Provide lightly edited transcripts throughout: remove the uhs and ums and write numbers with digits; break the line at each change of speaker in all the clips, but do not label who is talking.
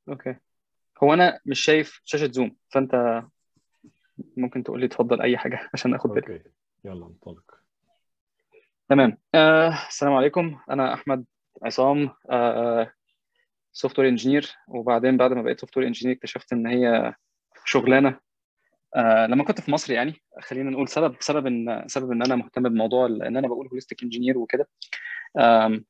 اوكي. هو انا مش شايف شاشة زوم، فانت ممكن تقول لي تفضل اي حاجة عشان اخد بالي.
اوكي، يلا انطلق.
تمام. السلام عليكم، انا احمد عصام، سوفت وير انجينير. وبعدين بعد ما بقيت سوفت وير انجينير اكتشفت ان هي شغلانه. لما كنت في مصر يعني، خلينا نقول سبب ان انا مهتم بموضوع ان انا بقول هوليستيك انجينير وكده. آم،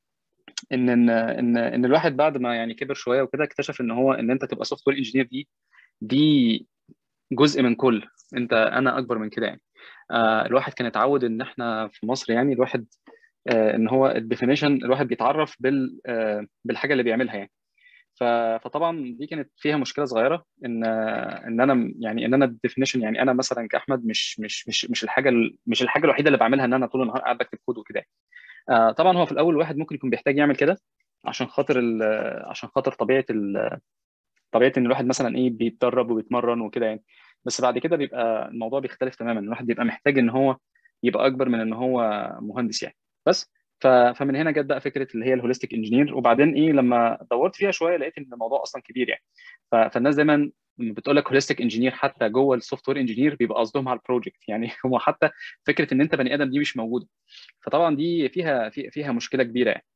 ان الواحد بعد ما يعني كبر شويه وكده اكتشف ان هو ان انت تبقى سوفت وير انجينير دي جزء من كل. انا اكبر من كده يعني. الواحد كان اتعود ان احنا في مصر يعني الواحد، ان هو الديفينيشن الواحد بيتعرف بالحاجه اللي بيعملها يعني. فطبعا دي كانت فيها مشكله صغيره، ان انا يعني ان انا الديفينيشن يعني انا مثلا كاحمد مش الحاجه الوحيده اللي بعملها ان انا طول النهار قاعد بكتب كود وكده يعني. طبعا هو في الاول الواحد ممكن يكون بيحتاج يعمل كده عشان خاطر عشان خاطر طبيعه ان الواحد مثلا ايه بيتدرب وبيتمرن وكده يعني. بس بعد كده بيبقى الموضوع بيختلف تماما، الواحد بيبقى محتاج ان هو يبقى اكبر من ان هو مهندس يعني. بس فمن هنا جت بقى فكره اللي هي الهوليستيك انجينير. وبعدين ايه لما دورت فيها شويه لقيت ان الموضوع اصلا كبير يعني. فالناس دايما لما بتقول لك هوليستيك انجينير حتى جوه السوفت وير انجينير بيبقى قصدهم على البروجكت يعني. هو حتى فكره ان انت بني ادم دي مش موجوده. فطبعا دي فيها مشكله كبيره يعني.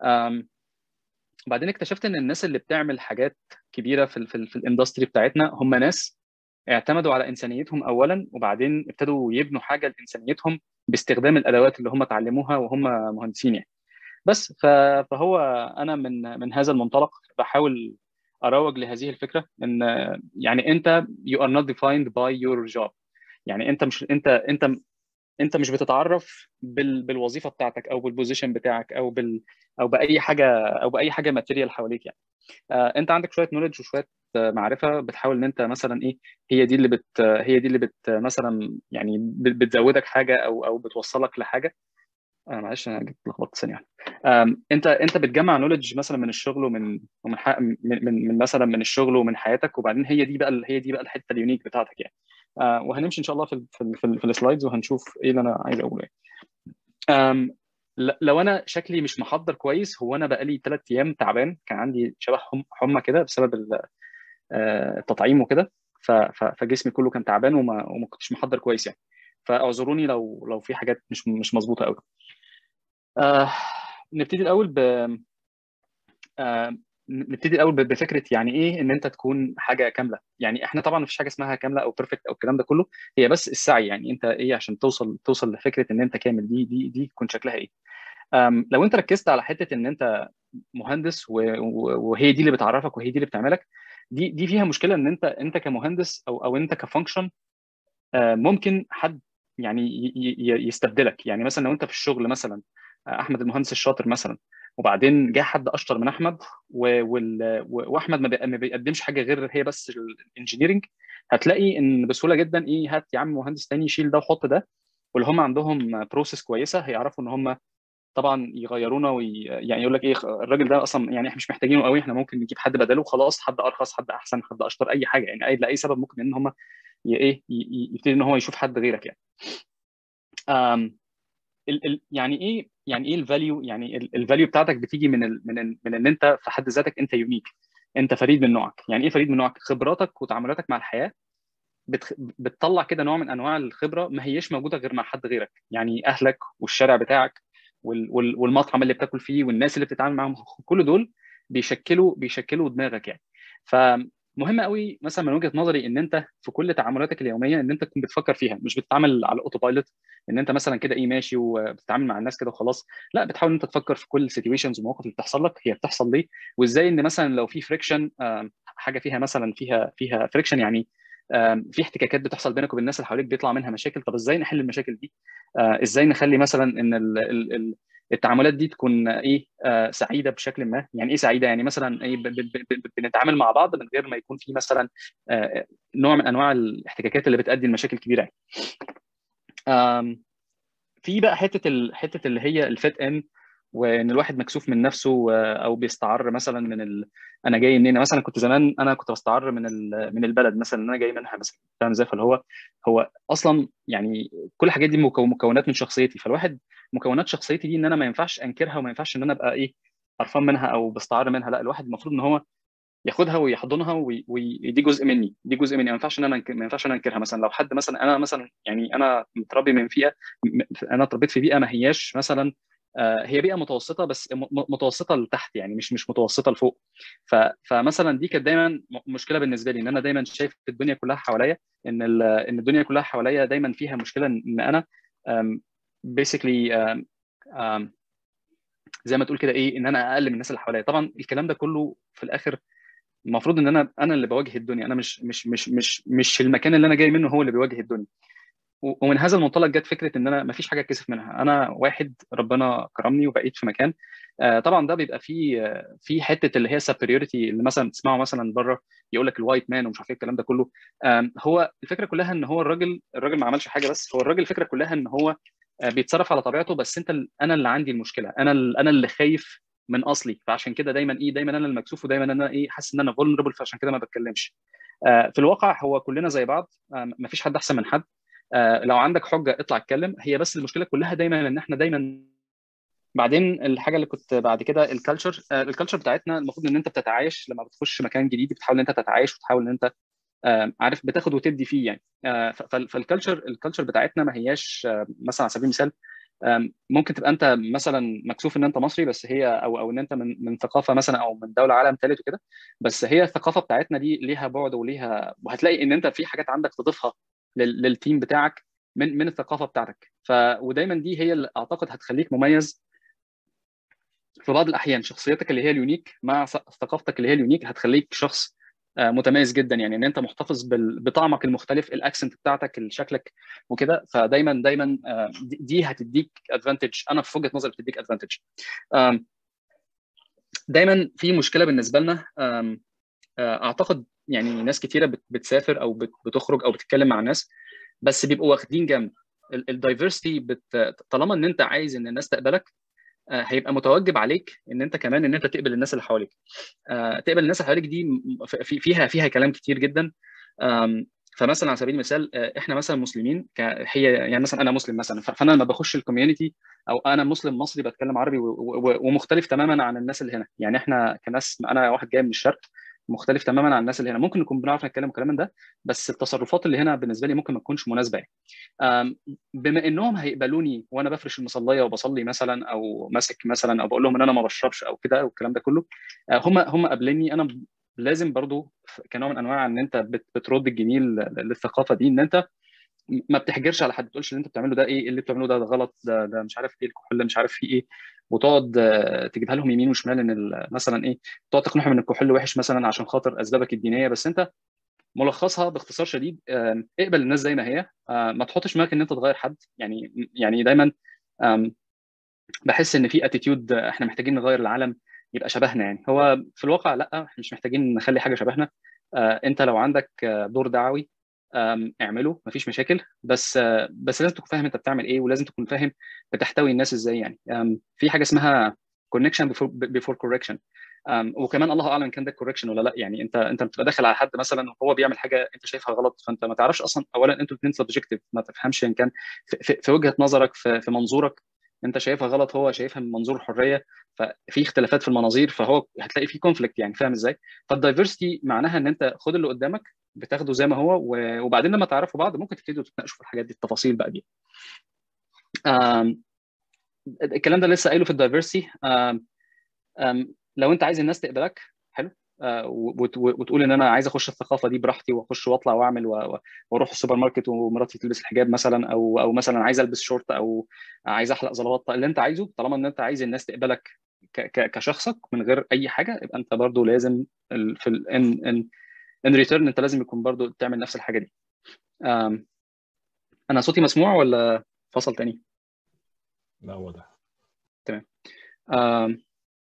بعدين اكتشفت ان الناس اللي بتعمل حاجات كبيره في الاندستري بتاعتنا هم ناس اعتمدوا على انسانيتهم اولا، وبعدين ابتدوا يبنوا حاجه لانسانيتهم باستخدام الادوات اللي هم اتعلموها وهم مهندسين يعني. بس فهو انا من هذا المنطلق بحاول اروج لهذه الفكره ان يعني انت you are not defined by your job. يعني انت مش بتتعرف بالوظيفه بتاعتك او بالبوزيشن بتاعك او باي حاجه ماتيريال حواليك يعني. انت عندك شويه نولج وشويه معرفه بتحاول ان انت مثلا ايه، هي دي اللي مثلا يعني بتزودك حاجه او بتوصلك لحاجه. معلش انا جيت لخبطت ثانيه واحدة. انت بتجمع نولج مثلا من الشغل من مثلا من الشغل ومن حياتك، وبعدين هي دي بقى الحته اليونيك بتاعتك يعني. وهنمشي ان شاء الله في السلايدز وهنشوف ايه اللي انا عايز اقوله يعني. أم، لو انا شكلي مش محضر كويس، هو انا بقالي 3 ايام تعبان، كان عندي شبه حمى كده بسبب التطعيم وكده. فجسمي كله كان تعبان وما كنتش محضر كويس يعني. فاعذروني لو في حاجات مش مظبوطه قوي. آه نبتدي الاول آه نبتدي الاول بفكره يعني ايه ان انت تكون حاجه كامله يعني. احنا طبعا مفيش حاجه اسمها كامله او بيرفكت او الكلام ده كله، هي بس السعي يعني. انت ايه عشان توصل لفكره ان انت كامل، دي يكون شكلها ايه. لو انت ركزت على حته ان انت مهندس وهي دي اللي بتعرفك وهي دي اللي بتعملك، دي فيها مشكله. ان انت كمهندس او انت كفانكشن ممكن حد يعني يستبدلك. يعني مثلا لو انت في الشغل مثلا، احمد المهندس الشاطر مثلا، وبعدين جه حد اشطر من احمد واحمد ما بيقدمش حاجه غير هي بس الانجينيرنج، هتلاقي ان بسهوله جدا ايه، هات يا عم مهندس تاني يشيل ده وحط ده. واللي هم عندهم بروسيس كويسه هيعرفوا ان هم طبعا يغيرونا يعني يقول لك ايه الراجل ده اصلا يعني احنا مش محتاجينه قوي، احنا ممكن نجيب حد بداله وخلاص، حد ارخص حد احسن حد اشطر اي حاجه يعني. لاي سبب ممكن ان هم يبتدي ان هو يشوف حد غيرك يعني. أم، يعني ايه الفاليو، يعني الفاليو بتاعتك بتيجي من ان انت في حد ذاتك انت يونيك، انت فريد من نوعك. يعني ايه فريد من نوعك؟ خبراتك وتعاملاتك مع الحياه بتطلع كده نوع من انواع الخبره ما هيش موجوده غير مع حد غيرك. يعني اهلك والشارع بتاعك والمطعم اللي بتاكل فيه والناس اللي بتتعامل معاهم، كل دول بيشكلوا دماغك يعني. فمهم قوي مثلا من وجهة نظري ان انت في كل تعاملاتك اليوميه ان انت تكون بتفكر فيها، مش بتتعامل على الاوتو بايلوت، ان انت مثلا كده ايه ماشي وبتتعامل مع الناس كده وخلاص. لا، بتحاول ان انت تفكر في كل السيتويشنز والمواقف اللي بتحصل لك هي بتحصل ليه، وازاي ان مثلا لو في فريكشن، حاجه فيها مثلا فيها فريكشن يعني في احتكاكات بتحصل بينك وبين الناس اللي حواليك بيطلع منها مشاكل. طب ازاي نحل المشاكل دي؟ ازاي نخلي مثلا ان التعاملات دي تكون ايه سعيده بشكل ما. يعني ايه سعيده؟ يعني مثلا ايه بنتعامل مع بعض من غير ما يكون في مثلا نوع من انواع الاحتكاكات اللي بتؤدي لمشاكل كبيره يعني. في بقى حته اللي هي الفيت ان، وان الواحد مكسوف من نفسه او بيستعر مثلا انا جاي منين. مثلا كنت زمان انا كنت بستعر من البلد مثلا اللي انا جاي منها مثلا، فاهم ازاي؟ فاللي هو اصلا يعني كل الحاجات دي مكونات من شخصيتي. فالواحد مكونات شخصيتي دي ان انا ما ينفعش انكرها وما ينفعش ان انا ابقى ايه قرفان منها او بستعر منها. لا، الواحد المفروض ان هو ياخدها ويحضنها ودي جزء مني، دي جزء مني، ما ينفعش ان انا ما ينفعش ان انا انكرها. مثلا لو حد مثلا، انا مثلا يعني انا متربي من فئه، انا اتربيت في بيئه ما هياش مثلا هي بيئه متوسطه، بس متوسطه لتحت يعني، مش متوسطه لفوق. فمثلا دي كانت دايما مشكله بالنسبه لي، ان انا دايما شايف الدنيا كلها حواليا، ان الدنيا كلها حواليا دايما فيها مشكله، ان انا بيسكلي زي ما تقول كده ايه، ان انا اقل من الناس اللي حواليا. طبعا الكلام ده كله في الاخر المفروض ان انا اللي بواجه الدنيا، انا مش المكان اللي انا جاي منه هو اللي بيواجه الدنيا. ومن هذا المنطلق جت فكره ان انا ما فيش حاجه اتكسف منها. انا واحد ربنا كرمني وبقيت في مكان، طبعا ده بيبقى فيه في حته اللي هي سابريوريتي، اللي مثلا تسمعه مثلا بره يقول لك الوايت مان ومش عارف ايه الكلام ده كله. هو الفكره كلها ان هو الراجل ما عملش حاجه، بس هو الراجل الفكره كلها ان هو بيتصرف على طبيعته. بس انا اللي عندي المشكله، انا اللي خايف من اصلي، فعشان كده دايما ايه، دايما انا المكسوف، ودايما انا ايه، حاسس ان انا فولنربل، فعشان كده ما بتكلمش. في الواقع هو كلنا زي بعض، ما فيش حد احسن من حد. لو عندك حجه اطلع اتكلم. هي بس المشكله كلها دايما ان احنا دايما بعدين الحاجه اللي كنت بعد كده الكالتشر بتاعتنا، المفروض ان انت بتتعايش لما بتخش مكان جديد، بتحاول ان انت تتعايش، وتحاول ان انت عارف بتاخد وتدي فيه يعني. الكالتشر بتاعتنا ما هياش مثلا على سبيل المثال ممكن تبقى انت مثلا مكسوف ان انت مصري، بس هي او ان انت من ثقافه مثلا او من دوله عالم ثالث وكده، بس هي الثقافه بتاعتنا دي ليها بعد وليها، وهتلاقي ان انت في حاجات عندك تضيفها للتيم بتاعك من الثقافه بتاعتك. ودايما دي هي اللي اعتقد هتخليك مميز في بعض الاحيان. شخصيتك اللي هي اليونيك مع ثقافتك اللي هي اليونيك هتخليك شخص متميز جدا يعني، ان انت محتفظ بطعمك المختلف، الاكسنت بتاعتك، شكلك وكده. فدايما دايما دي هتديك ادفانتج، انا في وجهه نظري بتديك ادفانتج. دايما في مشكله بالنسبه لنا، اعتقد يعني ناس كتيره بتسافر او بتخرج او بتتكلم مع ناس، بس بيبقوا واخدين جنب الدايفرستي. طالما ان انت عايز ان الناس تقبلك، هيبقى متوجب عليك ان انت كمان ان انت تقبل الناس اللي حواليك. تقبل الناس اللي حواليك دي فيها كلام كتير جدا. فمثلا على سبيل المثال احنا مثلا مسلمين، هي يعني مثلا انا مسلم مثلا، فانا لما بخش الكوميونتي، او انا مسلم مصري بتكلم عربي ومختلف تماما عن الناس اللي هنا. يعني احنا كناس، انا واحد جاي من الشرق، مختلف تماما عن الناس اللي هنا. ممكن نكون بنعرف نتكلم الكلام من ده، بس التصرفات اللي هنا بالنسبه لي ممكن ما تكونش مناسبه يعني. بما انهم هيقبلوني وانا بفرش المصليه وبصلي مثلا، او ماسك مثلا، او بقول لهم ان انا ما بشربش او كده والكلام ده كله، هم قابليني انا. لازم برضو كنوع من انواع ان انت بترد الجميل للثقافه دي، ان انت ما بتحجرش على حد، تقولش اللي انت بتعمله ده ايه، اللي بتعمله ده غلط، ده مش عارف ايه، الكحول مش عارف فيه ايه، وتقعد تجيبها لهم يمين وشمال، ان مثلا ايه، تقعد تقنعهم ان الكحول وحش مثلا عشان خاطر اسبابك الدينيه. بس انت ملخصها باختصار شديد، اقبل الناس زي ما هي، ما تحطش معاك ان انت تغير حد يعني دايما بحس ان في اتيتيود احنا محتاجين نغير العالم يبقى شبهنا. يعني هو في الواقع لا، احنا مش محتاجين نخلي حاجه شبهنا. انت لو عندك دور دعوي اعمله، مفيش مشاكل، بس لازم تكون فاهم انت بتعمل ايه، ولازم تكون فاهم بتحتوي الناس ازاي يعني. في حاجه اسمها connection before correction. وكمان الله اعلم كان ده كوركشن ولا لا. يعني انت بتبقى داخل على حد مثلا وهو بيعمل حاجه انت شايفها غلط، فانت ما تعرفش اصلا، اولا انتوا الاثنين سبجكتيف، ما تفهمش ان كان في وجهه نظرك، في منظورك انت شايفها غلط، هو شايفها من منظور الحريه، ففي اختلافات في المناظير، فهو هتلاقي في كونفليكت يعني، فاهم ازاي؟ فالدايفرستي معناها ان انت خد اللي قدامك بتاخده زي ما هو، وبعدين لما تعرفوا بعض ممكن تبتدوا تتناقشوا في الحاجات دي، التفاصيل بقى دي. آم، الكلام ده لسه قايله في الدايفرستي. لو انت عايز الناس تقبلك، حلو، وتقول ان انا عايز اخش الثقافه دي براحتي، واخش واطلع واعمل واروح السوبر ماركت ومراتي تلبس الحجاب مثلا، او مثلا عايز البس شورت، او عايز احلق زلطه، اللي انت عايزه. طالما ان انت عايز الناس تقبلك كشخصك من غير اي حاجه، يبقى انت برضو لازم في ان ريتيرن انت لازم يكون برضو تعمل نفس الحاجه دي. آم، انا صوتي مسموع ولا فصل تاني؟
لا واضح.
تمام. آم،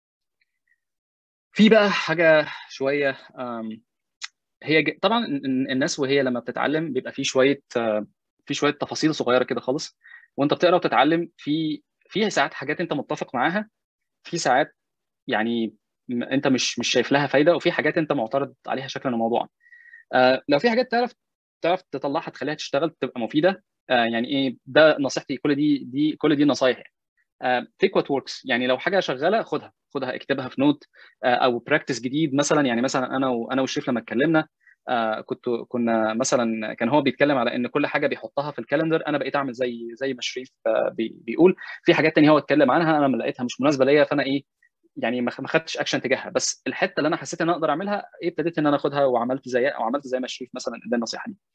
في بقى حاجه شويه، هي طبعا الناس وهي لما بتتعلم بيبقى في شويه تفاصيل صغيره كده خالص، وانت بتقرا وتتعلم فيها ساعات حاجات انت متفق معاها، في ساعات يعني انت مش شايف لها فايده، وفي حاجات انت معترض عليها شكلا وموضوعا. لو في حاجات تعرف تطلعها تخليها تشتغل تبقى مفيده، يعني ايه، ده نصيحتي. كل دي نصايح يعني. تيك وات وركس. يعني لو حاجه شغاله خدها اكتبها في نوت، او براكتس جديد مثلا. يعني مثلا انا والشريف لما اتكلمنا، كنا مثلا كان هو بيتكلم على ان كل حاجه بيحطها في الكالندر، انا بقيت اعمل زي ما الشريف بيقول. في حاجات تانية هو اتكلم عنها انا لما لقيتها مش مناسبه ليا، فانا ايه يعني ما خدتش اكشن تجاهها. بس الحته اللي انا حسيت ان انا اقدر اعملها إيه، ابتديت ان انا اخدها وعملت زيها، او عملت زي ما الشريف مثلا اداني النصيحه دي.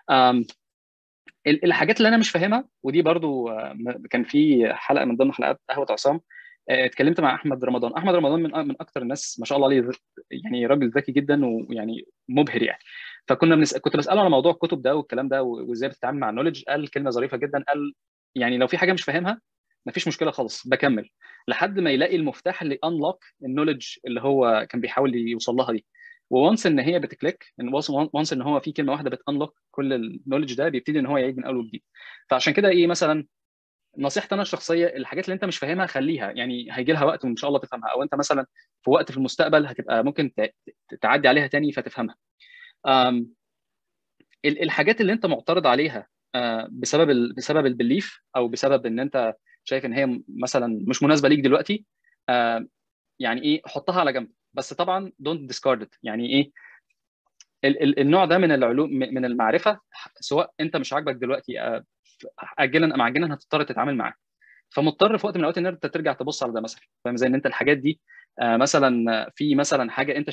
الحاجات اللي انا مش فاهمها، ودي برضو كان في حلقه من ضمن حلقات قهوه عصام، اتكلمت مع احمد رمضان. احمد رمضان من اكتر الناس ما شاء الله عليه، يعني راجل ذكي جدا ويعني مبهر يعني. كنت بساله على موضوع الكتب ده والكلام ده وازاي بتتعامل مع النولج. قال كلمه ظريفه جدا، قال يعني لو في حاجه مش فاهمها مفيش مشكله خالص، بكمل لحد ما يلاقي المفتاح اللي انلوك النولج اللي هو كان بيحاول يوصل لها دي. وونس ان هي بتكليك، ان وانس ان هو في كلمه واحده بتانلوك كل النولج ده، بيبتدي ان هو يعيد من اول وجديد. فعشان كده ايه مثلا نصيحتي انا الشخصيه، الحاجات اللي انت مش فاهمها خليها، يعني هيجي لها وقت وان شاء الله تفهمها، او انت مثلا في وقت في المستقبل هتبقى ممكن تعدي عليها تاني فتفهمها. أم، الحاجات اللي انت معترض عليها بسبب البليف، او بسبب ان انت شايف ان هي مثلا مش مناسبه ليك دلوقتي، يعني ايه حطها على جنب. بس طبعا don't discard it. يعني ايه النوع ده من العلوم، من المعرفه، سواء انت مش عاجبك دلوقتي اجلا ام عاجلا هتضطر تتعامل معاه. فمضطر في وقت من الاوقات ان انت ترجع تبص على ده مثلا. فاهم زي ان انت الحاجات دي مثلا في مثلا حاجه انت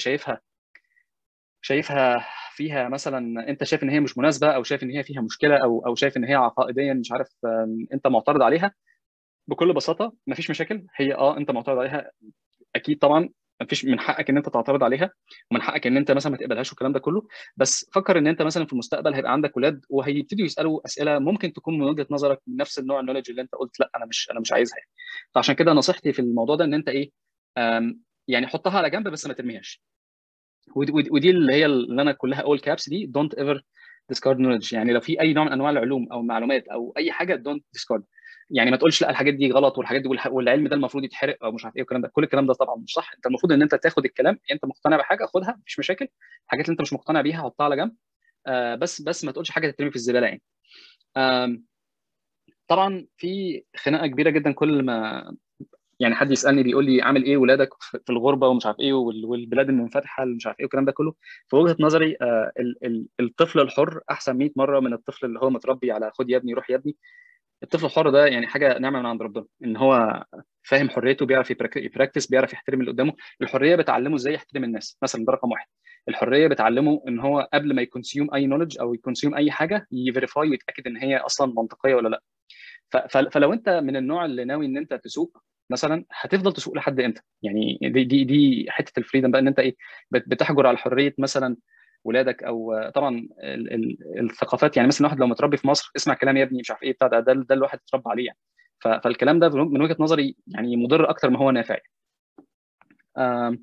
شايفها فيها مثلا، انت شايف ان هي مش مناسبه، او شايف ان هي فيها مشكله، او شايف ان هي عقائديا مش عارف انت معترض عليها. بكل بساطه مفيش مشاكل، هي انت معترض عليها اكيد طبعا، مفيش من حقك ان انت تعترض عليها، ومن حقك ان انت مثلا ما تقبلهاش والكلام ده كله. بس فكر ان انت مثلا في المستقبل هيبقى عندك ولاد وهيبتدوا يسالوا اسئله ممكن تكون من وجهه نظرك نفس النوع النولج اللي انت قلت لا انا مش عايزها يعني. فعشان كده نصيحتي في الموضوع ده ان انت ايه، يعني حطها على جنب بس ما ترميهاش. ودي اللي هي اللي انا كلها اول كابس دي دونت ايفر discard knowledge. يعني لو في اي نوع من انواع العلوم او المعلومات او اي حاجه دونت discard. يعني ما تقولش لا الحاجات دي غلط والحاجات دي والعلم ده المفروض يتحرق او مش عارف ايه والكلام ده. كل الكلام ده طبعا مش صح. انت المفروض ان انت تاخد الكلام، يعني انت مقتنع بحاجه خدها مفيش مشاكل. الحاجات اللي انت مش مقتنع بيها حطها على جنب. بس ما تقولش حاجه تترمي في الزباله يعني. آم، طبعا في خناقه كبيره جدا كل ما يعني حد يسالني بيقول لي عامل ايه ولادك في الغربه ومش عارف ايه والبلاد المنفتحه اللي مش عارف ايه والكلام ده كله. في وجهه نظري الطفل الحر احسن 100 مره من الطفل اللي هو متربي على خد يا ابني روح يا ابني. الطفل الحر ده يعني حاجه نعمه من عند ربنا، ان هو فاهم حريته، بيعرف يبراكتس، بيعرف يحترم اللي قدامه. الحريه بتعلمه ازاي يحترم الناس مثلا، ده رقم واحد. الحريه بتعلمه ان هو قبل ما يكونسيوم اي نولج او يكونسيوم اي حاجه يفيريفاي ويتاكد ان هي اصلا منطقيه ولا لا. فلو انت من النوع اللي ناوي ان انت تسوق مثلا، هتفضل تسوق لحد امتى؟ يعني دي حته الفريدم بقى، ان انت ايه بتحجر على حريه مثلا ولادك. او طبعا الثقافات، يعني مثلا واحد لو متربي في مصر اسمع كلام يا ابني مش عارف ايه بتاع ده الواحد اتربى عليه يعني. فالكلام ده من وجهه نظري يعني مضر اكتر ما هو نافع يعني. آم،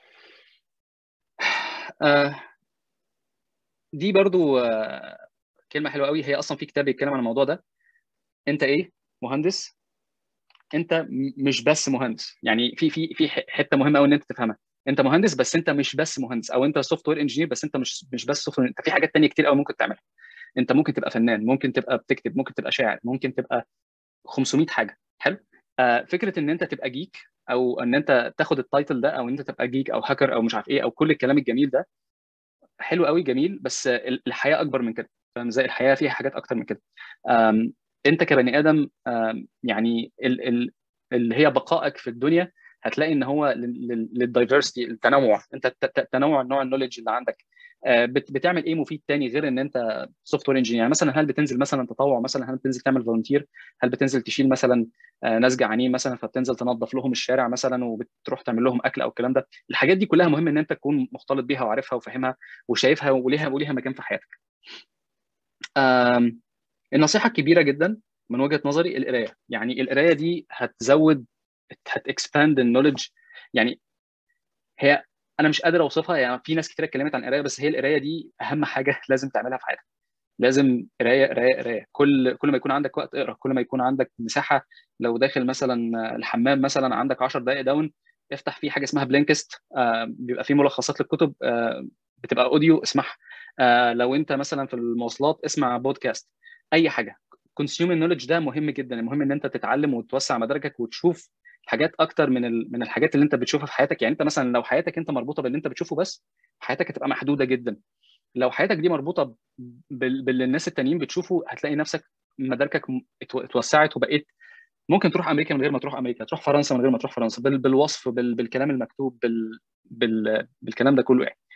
آه، دي برضو كلمه حلوه قوي. هي اصلا في كتاب بيتكلم عن الموضوع ده. انت ايه؟ مهندس. انت مش بس مهندس. يعني في حته مهمه قوي ان انت تفهمها. انت مهندس بس انت مش بس مهندس، او انت سوفت وير انجينير بس انت مش بس سوفت وير. انت في حاجات تانية كتير قوي ممكن تعملها. انت ممكن تبقى فنان، ممكن تبقى بتكتب، ممكن تبقى شاعر، ممكن تبقى 500 حاجه. حلو. فكره ان انت تبقى جيك، او ان انت تاخد التايتل ده، او ان انت تبقى جيك او هاكر او مش عارف ايه او كل الكلام الجميل ده، حلو قوي جميل. بس الحياه اكبر من كده. فاهم ازاي الحياه فيها حاجات اكتر من كده. آم، انت كبني ادم، يعني اللي هي بقائك في الدنيا هتلاقي ان هو للدايفرستي، التنوع. انت تنوع نوع النولج اللي عندك. بتعمل ايه مفيد تاني غير ان انت سوفت وير انجينير؟ يعني مثلا هل بتنزل مثلا تطوع مثلا؟ هل بتنزل تعمل فولunteer؟ هل بتنزل تشيل مثلا ناس جعانين مثلا فبتنزل تنظف لهم الشارع مثلا وبتروح تعمل لهم اكل او الكلام ده؟ الحاجات دي كلها مهم ان انت تكون مختلط بيها وعارفها وفاهمها وشايفها وليها مكان في حياتك. النصيحه الكبيره جدا من وجهه نظري القرايه. يعني القرايه دي هتكسباند النولج. يعني هي انا مش قادر اوصفها. يعني في ناس كتير اتكلمت عن القرايه، بس هي القرايه دي اهم حاجه لازم تعملها في حياتك. لازم قرايه قرايه قرايه. كل ما يكون عندك وقت اقرا، كل ما يكون عندك مساحه. لو داخل مثلا الحمام مثلا عندك 10 دقائق داون، افتح فيه حاجه اسمها بلينكست، بيبقى فيه ملخصات للكتب، بتبقى اوديو اسمعها. لو انت مثلا في المواصلات اسمع بودكاست. اي حاجه. كونسيوم النولج ده مهم جدا. المهم ان انت تتعلم وتوسع مداركك وتشوف حاجات اكتر من الحاجات اللي انت بتشوفها في حياتك. يعني انت مثلا لو حياتك انت مربوطه باللي انت بتشوفه بس، حياتك هتبقى محدوده جدا. لو حياتك دي مربوطه باللي الناس التانيين بتشوفه، هتلاقي نفسك مداركك اتوسعت، وبقيت ممكن تروح امريكا من غير ما تروح امريكا، تروح فرنسا من غير ما تروح فرنسا، بالوصف، بالكلام المكتوب، بالكلام ده كله يعني.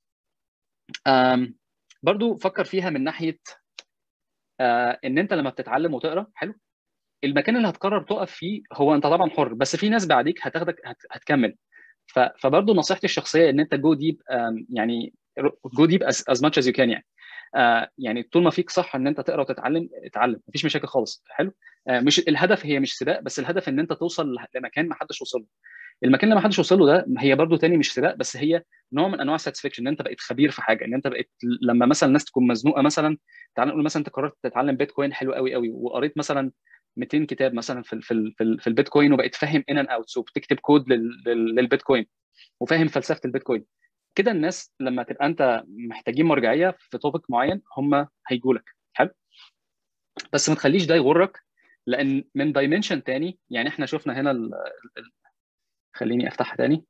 برضو فكر فيها من ناحيه ان انت لما بتتعلم وتقرا، حلو، المكان اللي هتقرر تقف فيه هو انت طبعا حر، بس في ناس بعديك هتاخدك هتكمل. فبرضه نصيحتي الشخصيه ان انت جو ديب، يعني جو ديب as much as you can يعني. يعني طول ما فيك صح ان انت تقرا وتتعلم، اتعلم، مفيش مشاكل خالص، حلو. مش الهدف، هي مش سباق، بس الهدف ان انت توصل لمكان ما حدش وصل له. المكان اللي ما حدش وصل له ده هي برضه تاني مش سباق، بس هي نوع من انواع الساتسفكشن، ان انت بقيت خبير في حاجه، ان انت بقيت لما مثلا الناس تكون مزنوقه مثلا. تعال نقول مثلا انت قررت تتعلم بيتكوين حلو قوي قوي، وقريت مثلا 200 كتاب مثلا في البيتكوين، وبقيت فاهم ان اند اوتس، وبتكتب كود للبيتكوين، وفاهم فلسفه البيتكوين. كده الناس لما تبقى انت محتاجين مرجعيه في توبيك معين، هم هيجوا لك، حلو. بس ما تخليش ده يغرك، لان من دايمنشن تاني، يعني احنا شفنا هنا خليني افتحها تاني.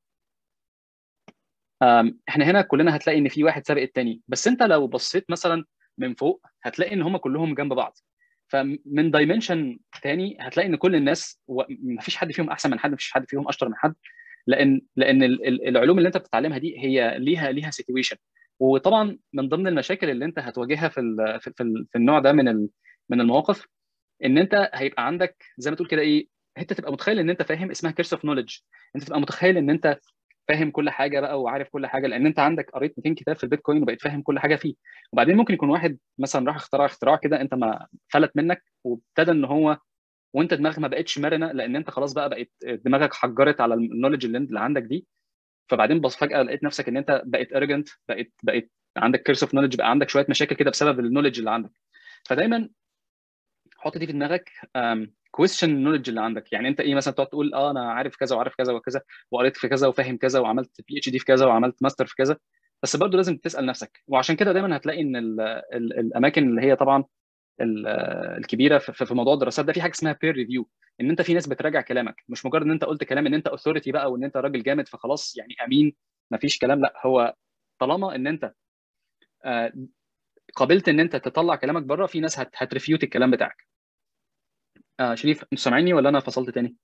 احنا هنا كلنا هتلاقي ان في واحد سابق التاني، بس انت لو بصيت مثلا من فوق هتلاقي ان هم كلهم جنب بعض. فمن دايمنشن تاني هتلاقي ان كل الناس مفيش حد فيهم احسن من حد، مفيش حد فيهم اشطر من حد، لان العلوم اللي انت بتتعلمها دي هي ليها سيتويشن. وطبعا من ضمن المشاكل اللي انت هتواجهها في النوع ده من المواقف، ان انت هيبقى عندك زي ما تقول كده ايه، انت تبقى متخيل ان انت فاهم، اسمها كيرس اوف نولج. انت تبقى متخيل ان انت فاهم كل حاجه بقى وعارف كل حاجه، لان انت عندك قريت 200 كتاب في البيتكوين وبقيت فاهم كل حاجه فيه. وبعدين ممكن يكون واحد مثلا راح اختراع كده، انت ما فلت منك، وابتدى ان هو، وانت دماغك ما بقتش مرنه، لان انت خلاص بقى بقيت دماغك حجرت على النولج اللي عندك دي. فبعدين بس فجاه لقيت نفسك ان انت بقيت ارجنت، بقيت عندك كيرس اوف نولج، بقى عندك شويه مشاكل كده بسبب النولج اللي عندك. فدايما حط دي في دماغك، كويستشن النولج اللي عندك. يعني انت ايه مثلا تقعد تقول انا عارف كذا وعارف كذا وكذا، وقريت في كذا وفاهم كذا، وعملت PhD في كذا وعملت ماستر في كذا، بس برضه لازم تسال نفسك. وعشان كده دايما هتلاقي ان الاماكن اللي هي طبعا الكبيره في موضوع الدراسات ده، في حاجه اسمها بير ريفيو، ان انت في ناس بتراجع كلامك، مش مجرد ان انت قلت كلام ان انت اوثوريتي بقى، وان انت راجل جامد فخلاص يعني امين، مفيش كلام. لا، هو طالما ان انت آه، قابلت ان انت تطلع كلامك بره، في ناس هتريفيوت الكلام بتاعك. شريف، انت سامعني ولا انا فصلت تاني؟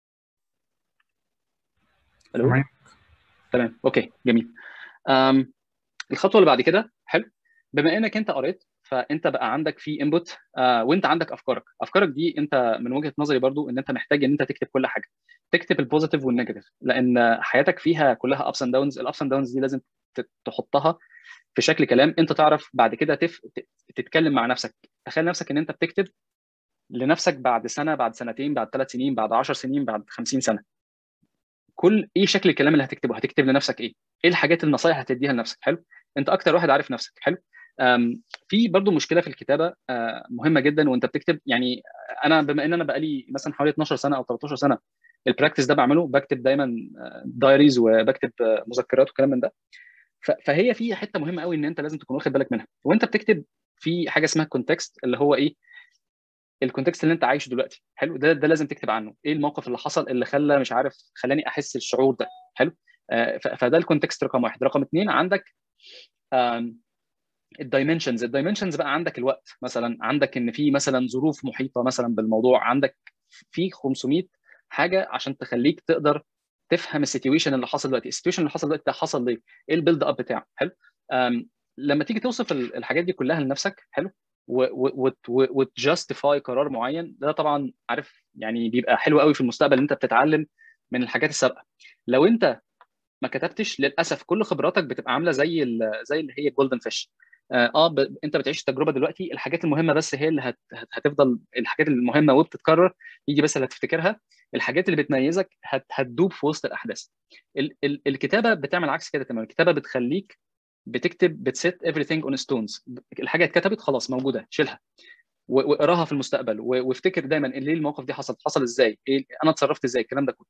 الو.
تمام.
تمام، اوكي، جميل. الخطوه اللي بعد كده، حلو، بما انك انت قريت، فانت بقى عندك في انبوت، وانت عندك افكارك دي، انت من وجهه نظري برضو ان انت محتاج ان انت تكتب كل حاجه، تكتب البوزيتيف والنيجاتيف، لان حياتك فيها كلها ابس اند داونز. الابس اند داونز دي لازم تحطها في شكل كلام، انت تعرف بعد كده تتكلم مع نفسك. تخيل نفسك ان انت بتكتب لنفسك بعد سنه، بعد سنتين، بعد 3 سنين، بعد 10 سنين، بعد 50 سنه. ايه شكل الكلام اللي هتكتبه؟ هتكتب لنفسك ايه الحاجات، النصائح هتديها لنفسك، حلو. انت اكتر واحد عارف نفسك، حلو. في برضو مشكله في الكتابه مهمه جدا وانت بتكتب يعني. انا بما ان انا بقالي مثلا حوالي 12 سنه او 13 سنه البراكتس ده بعمله، بكتب دايما دايريز، وبكتب مذكرات وكلام من ده. فهي في حته مهمه قوي ان انت لازم تكون واخد بالك منها وانت بتكتب. في حاجه اسمها كونتكست، اللي هو ايه؟ الكونتكست اللي انت عايشه دلوقتي، حلو. ده لازم تكتب عنه، ايه الموقف اللي حصل اللي خلى مش عارف خلاني احس الشعور ده، حلو. فده الكونتكست رقم واحد. رقم اثنين، عندك الدايمنشنز بقى. عندك الوقت مثلا، عندك ان في مثلا ظروف محيطه مثلا بالموضوع، عندك في 500 حاجه عشان تخليك تقدر تفهم السيتويشن اللي حصل دلوقتي. السيتويشن اللي حصل دلوقتي ده حصل ليه؟ ايه البيلد اب بتاعه، حلو. لما تيجي توصف الحاجات دي كلها لنفسك، حلو، وتجاستيفاي قرار معين، ده طبعا عارف يعني بيبقى حلو قوي في المستقبل. انت بتتعلم من الحاجات السابقه. لو انت ما كتبتش، للاسف كل خبراتك بتبقى عامله زي اللي هي جولدن فيش. انت بتعيش التجربه دلوقتي، الحاجات المهمه بس هي اللي هتفضل الحاجات المهمه وبتتكرر، يجي بس اللي هتفتكرها. الحاجات اللي بتميزك هتدوب في وسط الاحداث. الكتابه بتعمل عكس كده تماما. الكتابه بتخليك بتكتب، بتسيت everything on stones. الحاجه اتكتبت خلاص، موجوده، شيلها واقراها في المستقبل، وافتكر دايما ليه الموقف دي حصل ازاي، انا اتصرفت ازاي، الكلام ده كله.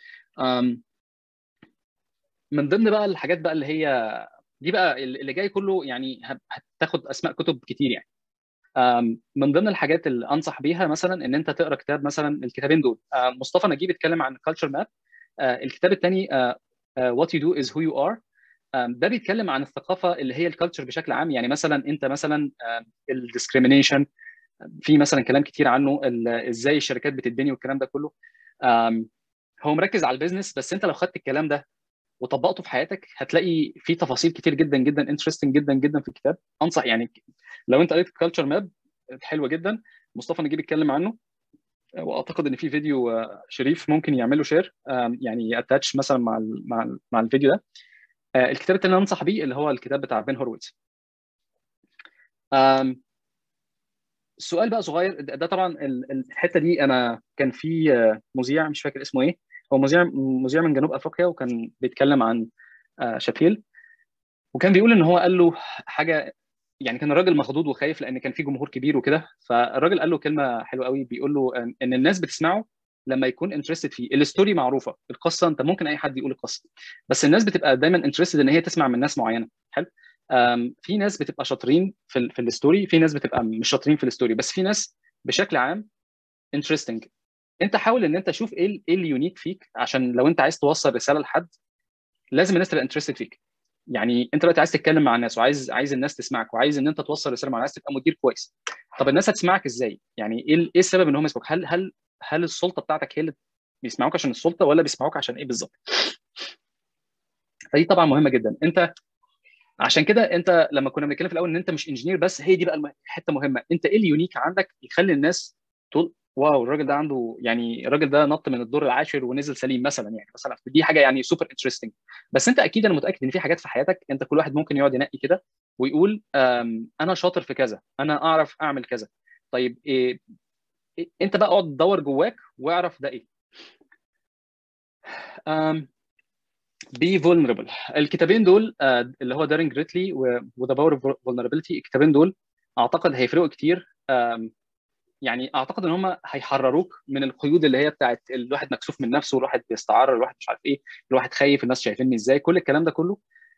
من ضمن بقى الحاجات بقى اللي هي دي بقى اللي جاي كله، يعني هتاخد اسماء كتب كتير يعني. من ضمن الحاجات اللي انصح بيها مثلا ان انت تقرا كتاب، مثلا الكتابين دول مصطفى نجيب اتكلم عن كالتشر ماب. الكتاب الثاني What you do is who you are. ده بيتكلم عن الثقافه اللي هي الكالتشر بشكل عام. يعني مثلا انت مثلا الديسكريميشن، في مثلا كلام كتير عنه، ازاي الشركات بتتبني والكلام ده كله. هو مركز على البيزنس، بس انت لو خدت الكلام ده وطبقته في حياتك هتلاقي في تفاصيل كتير جدا جدا انترستنج جدا جدا في الكتاب. انصح يعني لو انت قريت كالتشر ماب حلوه جدا، مصطفى نجيب يتكلم عنه. واعتقد ان في فيديو شريف ممكن يعمله شير، يعني اتاتش مثلا مع الفيديو ده. الكتاب التاني اللي انصح بيه اللي هو الكتاب بتاع بين هورويتز. السؤال بقى صغير، ده طبعا الحته دي انا كان في مذيع مش فاكر اسمه ايه، هو مذيع من جنوب افريقيا، وكان بيتكلم عن شابيل، وكان بيقول ان هو قال له حاجه. يعني كان الراجل مخضوض وخايف لان كان في جمهور كبير وكده، فالراجل قال له كلمه حلوه قوي، بيقول له ان الناس بتسمعه لما يكون انترستد فيه. الستوري معروفه، القصه انت ممكن اي حد يقول القصه، بس الناس بتبقى دايما انترستد ان هي تسمع من ناس معينه. حلو. في ناس بتبقى شاطرين في الستوري، في ناس بتبقى مش شاطرين في الستوري، بس في ناس بشكل عام انترستنج. انت حاول ان انت تشوف ايه اليونيك فيك، عشان لو انت عايز توصل رساله لحد لازم الناس تبقى انترستد فيك. يعني انت دلوقتي عايز تتكلم مع الناس، عايز الناس تسمعك، وعايز ان انت توصل رساله مع الناس، تبقى مدير كويس. طب الناس هتسمعك ازاي؟ يعني ايه السبب ان هم يسمعوك؟ هل السلطه بتاعتك هي اللي بيسمعوك عشان السلطه، ولا بيسمعوك عشان ايه بالظبط؟ فدي طبعا مهمه جدا. انت عشان كده انت لما كنا بنتكلم في الاول ان انت مش انجينير بس، هي دي بقى حته مهمه. انت ايه اليونيك عندك يخلي الناس تقول واو الراجل ده عنده، يعني الراجل ده نط من الدور العاشر ونزل سليم مثلا، يعني مثلا دي حاجه يعني سوبر انترستنج. بس انت اكيد، انا متاكد ان في حاجات في حياتك انت كل واحد ممكن يقعد ينقي كده ويقول انا شاطر في كذا، انا اعرف اعمل كذا. طيب انت بقى اقعد تدور جواك واعرف ده ايه. بي فولنربل. الكتابين دول اللي هو دارين جريتلي وذا باور اوف فولنربيلتي، الكتابين دول اعتقد هيفرقوا كتير. يعني اعتقد ان هم هيحرروك من القيود اللي هي بتاعت الواحد مكسوف من نفسه، الواحد بيستعر، الواحد مش عارف ايه، الواحد خايف الناس شايفيني ازاي، كل الكلام ده كله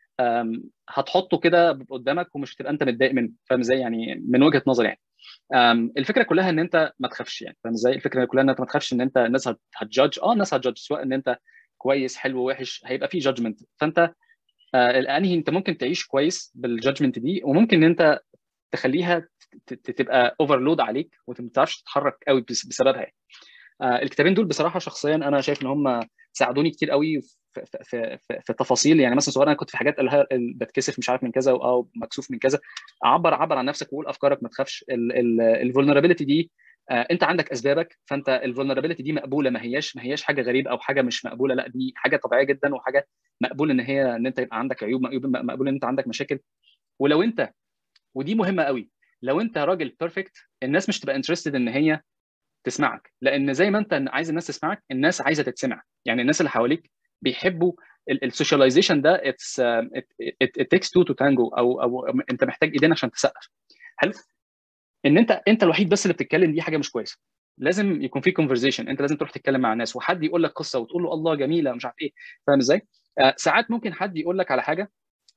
هتحطه كده قدامك ومش هتبقى انت متضايق منه. فاهم ازاي؟ يعني من وجهة نظري يعني الفكره كلها ان انت ما تخافش. يعني فاهم ازاي؟ الفكره كلها ان انت ما تخافش ان انت الناس هتجادج. الناس هتجادج، سواء ان انت كويس حلو وحش، هيبقى في جادجمنت. فانت انهي انت ممكن تعيش كويس بالجادجمنت دي، وممكن ان انت تخليها تبقى اوفرلود عليك وما تعرفش تتحرك قوي بسببها يعني. الكتابين دول بصراحه شخصيا انا شايف ان هم ساعدوني كتير قوي في تفاصيل. يعني مثلا صغير انا كنت في حاجات بتكسف مش عارف من كذا او مكسوف من كذا. عبر عن نفسك وقول افكارك، ما تخافش. الفولنربيلتي دي انت عندك اسبابك، فانت الفولنربيلتي دي مقبوله، ما هياش حاجه غريبه او حاجه مش مقبوله، لا دي حاجه طبيعيه جدا، وحاجه مقبول ان انت يبقى عندك عيوب، مقبول ان انت عندك مشاكل. ولو انت، ودي مهمه قوي، لو انت راجل بيرفكت الناس مش تبقى انترستد ان هي تسمعك، لان زي ما انت عايز الناس تسمعك، الناس عايزه تتسمع. يعني الناس اللي حواليك بيحبوا السوشياليزيشن ده. it takes two to tango، او انت محتاج ايدين عشان تسقف. حلو. ان انت الوحيد بس اللي بتتكلم، دي حاجه مش كويسه. لازم يكون في conversation، انت لازم تروح تتكلم مع الناس، وحد يقول لك قصه وتقول له الله جميله مش عارف ايه. فاهم ازاي؟ ساعات ممكن حد يقول لك على حاجه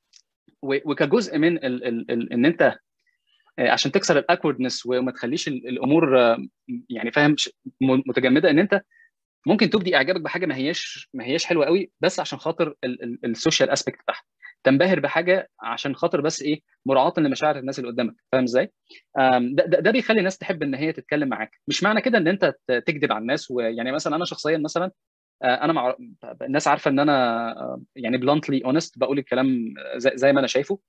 وكجزء من ان انت عشان تكسر الاكوردنس وما تخليش الامور يعني فاهم متجمده، ان انت ممكن تبدي اعجابك بحاجه ما هياش حلوه قوي، بس عشان خاطر السوشيال اسبكت بتاعها. تنبهر بحاجه عشان خاطر بس ايه، مراعاه لمشاعر الناس اللي قدامك. فاهم ازاي؟ ده بيخلي الناس تحب ان هي تتكلم معاك. مش معنى كده ان انت تكذب على الناس. ويعني مثلا انا شخصيا مثلا انا الناس عارفه ان انا يعني بلانتلي اونست، بقول الكلام زي ما انا شايفه.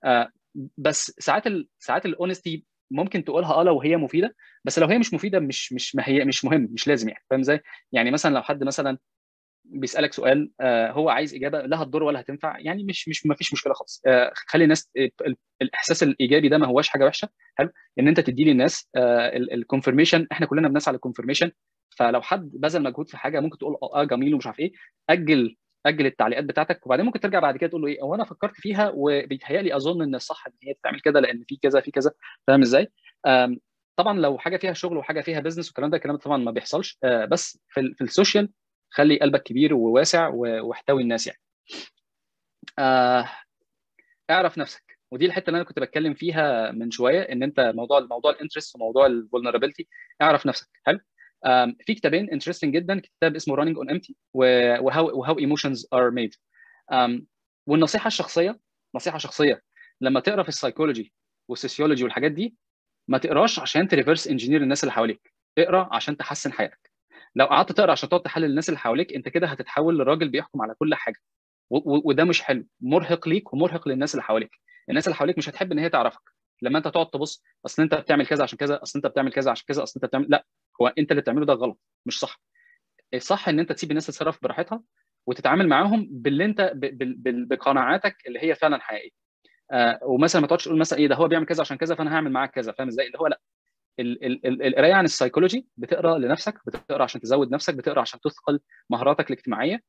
بس ساعات الاونستي ممكن تقولها لو هي مفيده، بس لو هي مش مفيده مش ما هي مش مهم، مش لازم. يعني فاهم ازاي؟ يعني مثلا لو حد مثلا بيسالك سؤال هو عايز اجابه لا هتضر ولا هتنفع، يعني مش ما فيش مشكله خالص. خلي الناس الاحساس الايجابي ده ما هوش حاجه وحشه. حلو. ان انت تدي للناس الكونفرميشن، احنا كلنا بنسعى للكونفرميشن. فلو حد بذل مجهود في حاجه ممكن تقول جميل ومش عارف ايه. اجل التعليقات بتاعتك، وبعدين ممكن ترجع بعد كده تقول له ايه، هو انا فكرت فيها وبيتهيألي اظن ان الصح ان هي تتعمل كده لان في كذا في كذا. فاهم ازاي؟ طبعا لو حاجه فيها شغل وحاجه فيها بزنس والكلام ده، الكلام ده طبعا ما بيحصلش. بس في السوشيال خلي قلبك كبير وواسع واحتوي الناس يعني. اعرف نفسك. ودي الحته اللي انا كنت بتكلم فيها من شويه، ان انت موضوع الانترست وموضوع الفولنربيلتي، اعرف نفسك. حلو. في كتابين انترستنج جدا، كتاب اسمه Running on Empty وهاو ايموشنز ار ميد. والنصيحه الشخصيه، نصيحه شخصيه، لما تقرا في السايكولوجي والسوسيولوجي والحاجات دي، ما تقراش عشان تريفرس انجينير الناس اللي حواليك، اقرا عشان تحسن حياتك. لو قعدت تقرا عشان تقعد تحلل الناس اللي حواليك، انت كده هتتحول لراجل بيحكم على كل حاجه، وده مش حلو، مرهق ليك ومرهق للناس اللي حواليك. الناس اللي حواليك مش هتحب ان هي تعرفك لما انت تقعد تبص، اصل انت بتعمل كذا عشان كذا، اصل انت بتعمل كذا عشان كذا، اصل انت بتعمل، لا، هو انت اللي بتعمله ده غلط، مش صح. الصح ان انت تسيب الناس تتصرف براحتها، وتتعامل معاهم باللي انت بقناعاتك اللي هي فعلا حقيقيه. ومثلا ما تقعدش تقول مثلا ايه ده، هو بيعمل كذا عشان كذا فانا هعمل معاك كذا، فاهم ازاي؟ اللي هو لا، القرايه عن السايكولوجي بتقرا لنفسك، بتقرا عشان تزود نفسك، بتقرا عشان تثقل مهاراتك الاجتماعيه.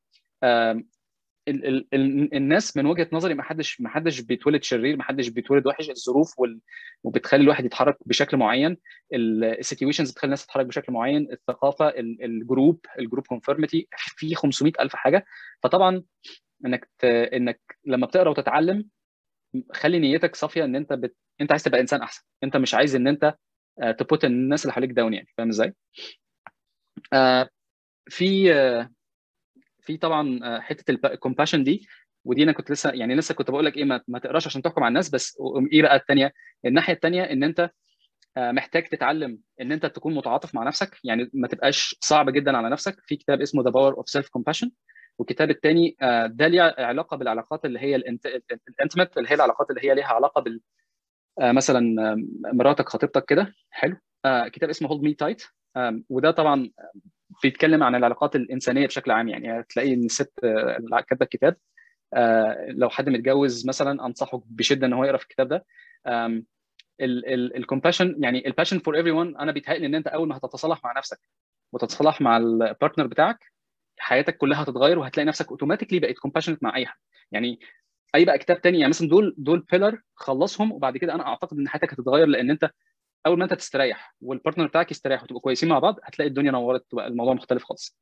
الناس من وجهة نظري ما حدش بيتولد شرير، ما حدش بيتولد وحش. الظروف وبتخلي الواحد يتحرك بشكل معين، السيتويشنز بتخلي الناس تتحرك بشكل معين، الثقافه، الجروب كونفورميتي، في 500 الف حاجه. فطبعا انك لما بتقرا وتتعلم، خلي نيتك صافيه، ان انت عايز تبقى انسان احسن، انت مش عايز ان انت تبوت الناس اللي حواليك داون، يعني فاهم ازاي؟ آه، في في طبعا حته الكومباشن دي، ودي انا كنت لسه كنت بقول لك ايه، ما تقراش عشان تحكم على الناس بس. ايه بقى الثانيه؟ الناحيه الثانيه ان انت محتاج تتعلم ان انت تكون متعاطف مع نفسك، يعني ما تبقاش صعب جدا على نفسك. في كتاب اسمه ذا باور اوف سيلف كومباشن، والكتاب الثاني ده ليه علاقه بالعلاقات اللي هي الانتمت، اللي هي العلاقات اللي هي ليها علاقه بال مثلا مراتك، خطيبتك كده. حلو. كتاب اسمه هولد مي تايت، وده طبعا بيتكلم عن العلاقات الانسانيه بشكل عام. يعني هتلاقي ان الست اللي كاتبه الكتاب، لو حد متجوز مثلا انصحه بشده ان هو يقرا في الكتاب ده. الكومباشن، يعني الباشن فور ايفري ون، انا بيتهيألي ان انت اول ما هتتصالح مع نفسك وتتصالح مع البارتنر بتاعك، حياتك كلها هتتغير، وهتلاقي نفسك اوتوماتيكلي بقيت كومباشنت مع اي حد. يعني اي بقى كتاب تاني، يعني مثلا دول بيلر، خلصهم وبعد كده انا اعتقد ان حياتك هتتغير، لان انت اول ما انت تستريح والبارتنر بتاعك يستريح وتبقوا كويسين مع بعض، هتلاقي الدنيا نورت، تبقى الموضوع مختلف خالص.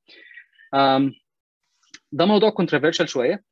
ده موضوع كونتروفيرشال شويه.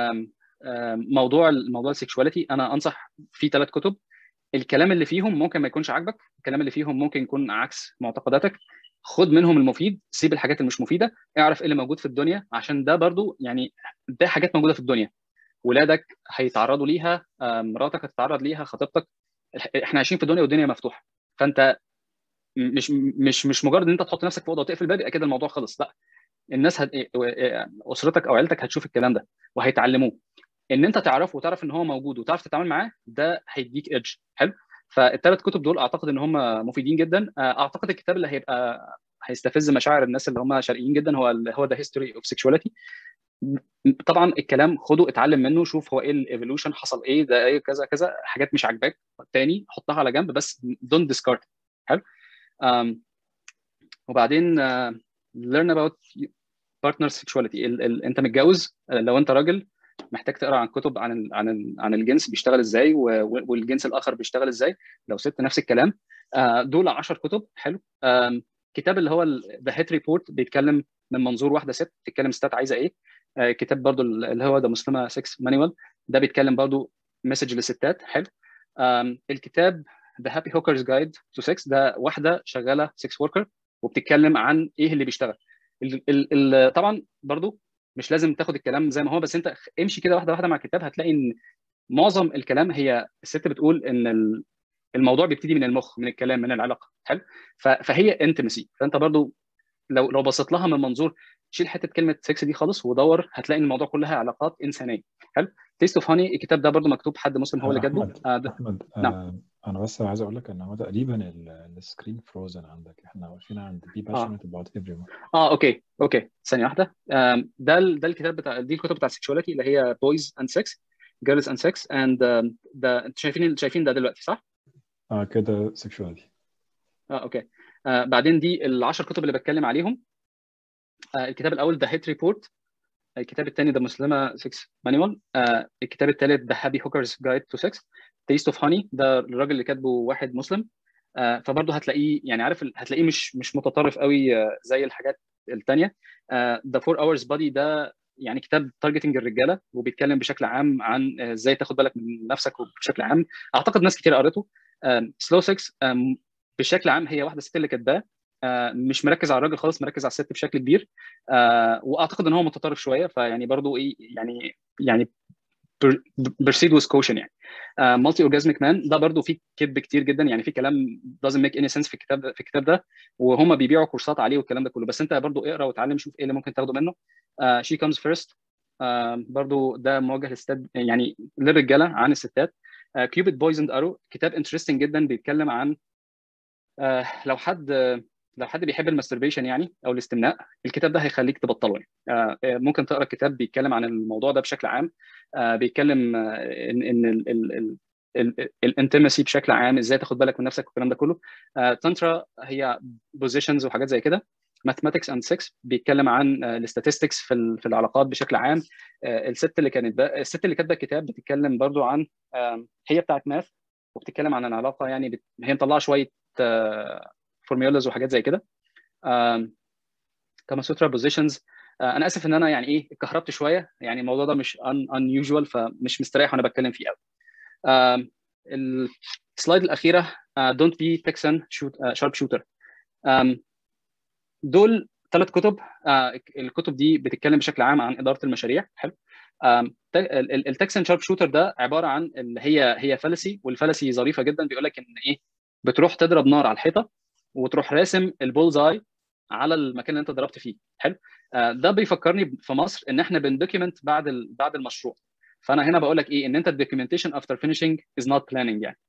موضوع السكشواليتي، انا انصح في 3 كتب. الكلام اللي فيهم ممكن ما يكونش عاجبك، الكلام اللي فيهم ممكن يكون عكس معتقداتك، خد منهم المفيد، سيب الحاجات اللي مش مفيده، اعرف ايه اللي موجود في الدنيا، عشان ده برضو يعني ده حاجات موجوده في الدنيا، ولادك هيتعرضوا ليها، مراتك هتتعرض ليها، خطيبتك. احنا عايشين في الدنيا والدنيا مفتوحه، فانت مش مجرد ان انت تحط نفسك في اوضه وتقفل الباب يبقى كده الموضوع خلص، لا. الناس اسرتك او عيلتك هتشوف الكلام ده وهيتعلموه. ان انت تعرفه وتعرف ان هو موجود وتعرف تتعامل معاه، ده هيديك ايدج. حلو. فال3 كتب دول اعتقد ان هم مفيدين جدا. اعتقد الكتاب اللي هيستفز مشاعر الناس اللي هم شرقيين جدا هو ذا هيستوري اوف سيكشواليتي. طبعا الكلام خده اتعلم منه، شوف هو ايه الايفولوشن، حصل ايه، ده ايه، كذا كذا، حاجات مش عاجباك تاني حطها على جنب، بس دونت ديسكارد. حلو. وبعدين learn about partner sexuality. انت متجوز، لو انت راجل محتاج تقرا عن كتب عن الجنس بيشتغل ازاي، والجنس الاخر بيشتغل ازاي. لو ست نفس الكلام. دول 10 كتب. حلو. كتاب اللي هو ذا هيت ريبورت بيتكلم من منظور واحده ست بتتكلم ستات عايزه ايه. كتاب برضو اللي هو ذا مسلمه 6 مانيوال، ده بيتكلم برضو مسج للستات. حلو. الكتاب ذا هابي هوكرز جايد تو 6، ده واحده شغاله 6 وركر وبتتكلم عن ايه اللي بيشتغل. طبعا برضو مش لازم تاخد الكلام زي ما هو، بس انت امشي كده واحده واحده مع الكتاب، هتلاقي ان معظم الكلام هي الست بتقول ان الموضوع بيبتدي من المخ، من الكلام، من العلاقه. حلو. فهي انتمسي، فانت برضو لو بصيت لها من منظور، شيل حته كلمه سكس دي خالص ودور، هتلاقي ان الموضوع كلها علاقات انسانيه. حلو. تيست اوف هاني، الكتاب ده برضو مكتوب حد مسلم هو اللي كاتبه.
احمد
نعم.
انا بس عايز اقول لك ان هو تقريبا السكرين فروزن عندك، احنا واقفين عند be passionate about everyone.
اوكي ثانيه واحده. ده الكتاب دي الكتب بتاع السكشواليتي اللي هي بويز اند سكس، جيرلز اند سكس اند. ده انتوا شايفين ده دلوقتي صح؟
كده sexuality.
اوكي. بعدين دي ال10 كتب اللي بتكلم عليهم. الكتاب الاول ذا هيت ريبورت، الكتاب الثاني ذا مسلمه 6 مانيوال، الكتاب الثالث ذا هابي هوكرز جايد تو 6، تيست اوف هاني ده الراجل اللي كاتبه واحد مسلم. فبرضه هتلاقيه، يعني عارف هتلاقيه مش متطرف قوي زي الحاجات الثانيه. ذا 4 hours body ده يعني كتاب تارجتنج الرجاله، وبيتكلم بشكل عام عن ازاي تاخد بالك من نفسك بشكل عام. اعتقد ناس كتير قريته. سلو 6 بشكل عام هي واحده ست اللي كاتباه، مش مركز على الراجل خالص، مركز على الست بشكل كبير. واعتقد ان هو متطرف شويه، فيعني برضو ايه يعني بروسيد وذ كوشن يعني. مالتي اورجازميك مان ده برضو فيه كذب كتير جدا، يعني في كلام doesn't make any sense في الكتاب ده، وهم بيبيعوا كورسات عليه والكلام ده كله. بس انت برضو اقرا وتعلم، شوف ايه اللي ممكن تاخده منه. شي كامز فيرست برضو ده موجه للستات، يعني للرجاله عن الستات. كيوبيد بويزند ارو كتاب انترستنج جدا، بيتكلم عن لو حد بيحب الماستربيشن يعني او الاستمناء، الكتاب ده هيخليك تبطله يعني. ممكن تقرا كتاب بيتكلم عن الموضوع ده بشكل عام. بيتكلم ان الانتمسي بشكل عام، ازاي تاخد بالك من نفسك والكلام ده كله. تانترا هي بوزيشنز وحاجات زي كده. ماثماتكس اند 6 بيتكلم عن الاستاتستكس في العلاقات بشكل عام. الست اللي كاتبه الكتاب بتتكلم برضو عن هي بتاعت ماث، وبتتكلم عن العلاقه يعني هي مطلعه شويه فورميولاز وحاجات زي كده. كما سوترا بوزيشنز. انا اسف ان انا يعني ايه اتكهربت شويه، يعني الموضوع ده مش unusual، فمش مستريح وانا بتكلم فيه قوي. السلايد الاخيره don't be Texan sharp shooter. دول 3 كتب. الكتب دي بتتكلم بشكل عام عن اداره المشاريع. حلو. التكسان شارب شوتر ده عباره عن اللي هي فالسي، والفالسي ظريفه جدا. بيقول لك ان ايه، بتروح تضرب نار على الحيطه وتروح راسم البولز اي على المكان اللي انت ضربت فيه. حلو. ده بيفكرني في مصر ان احنا بندوكيمنت بعد المشروع. فانا هنا بقول لك ايه، ان انت الدوكيومنتيشن افتر فينيشنج از نوت بلاننج يعني.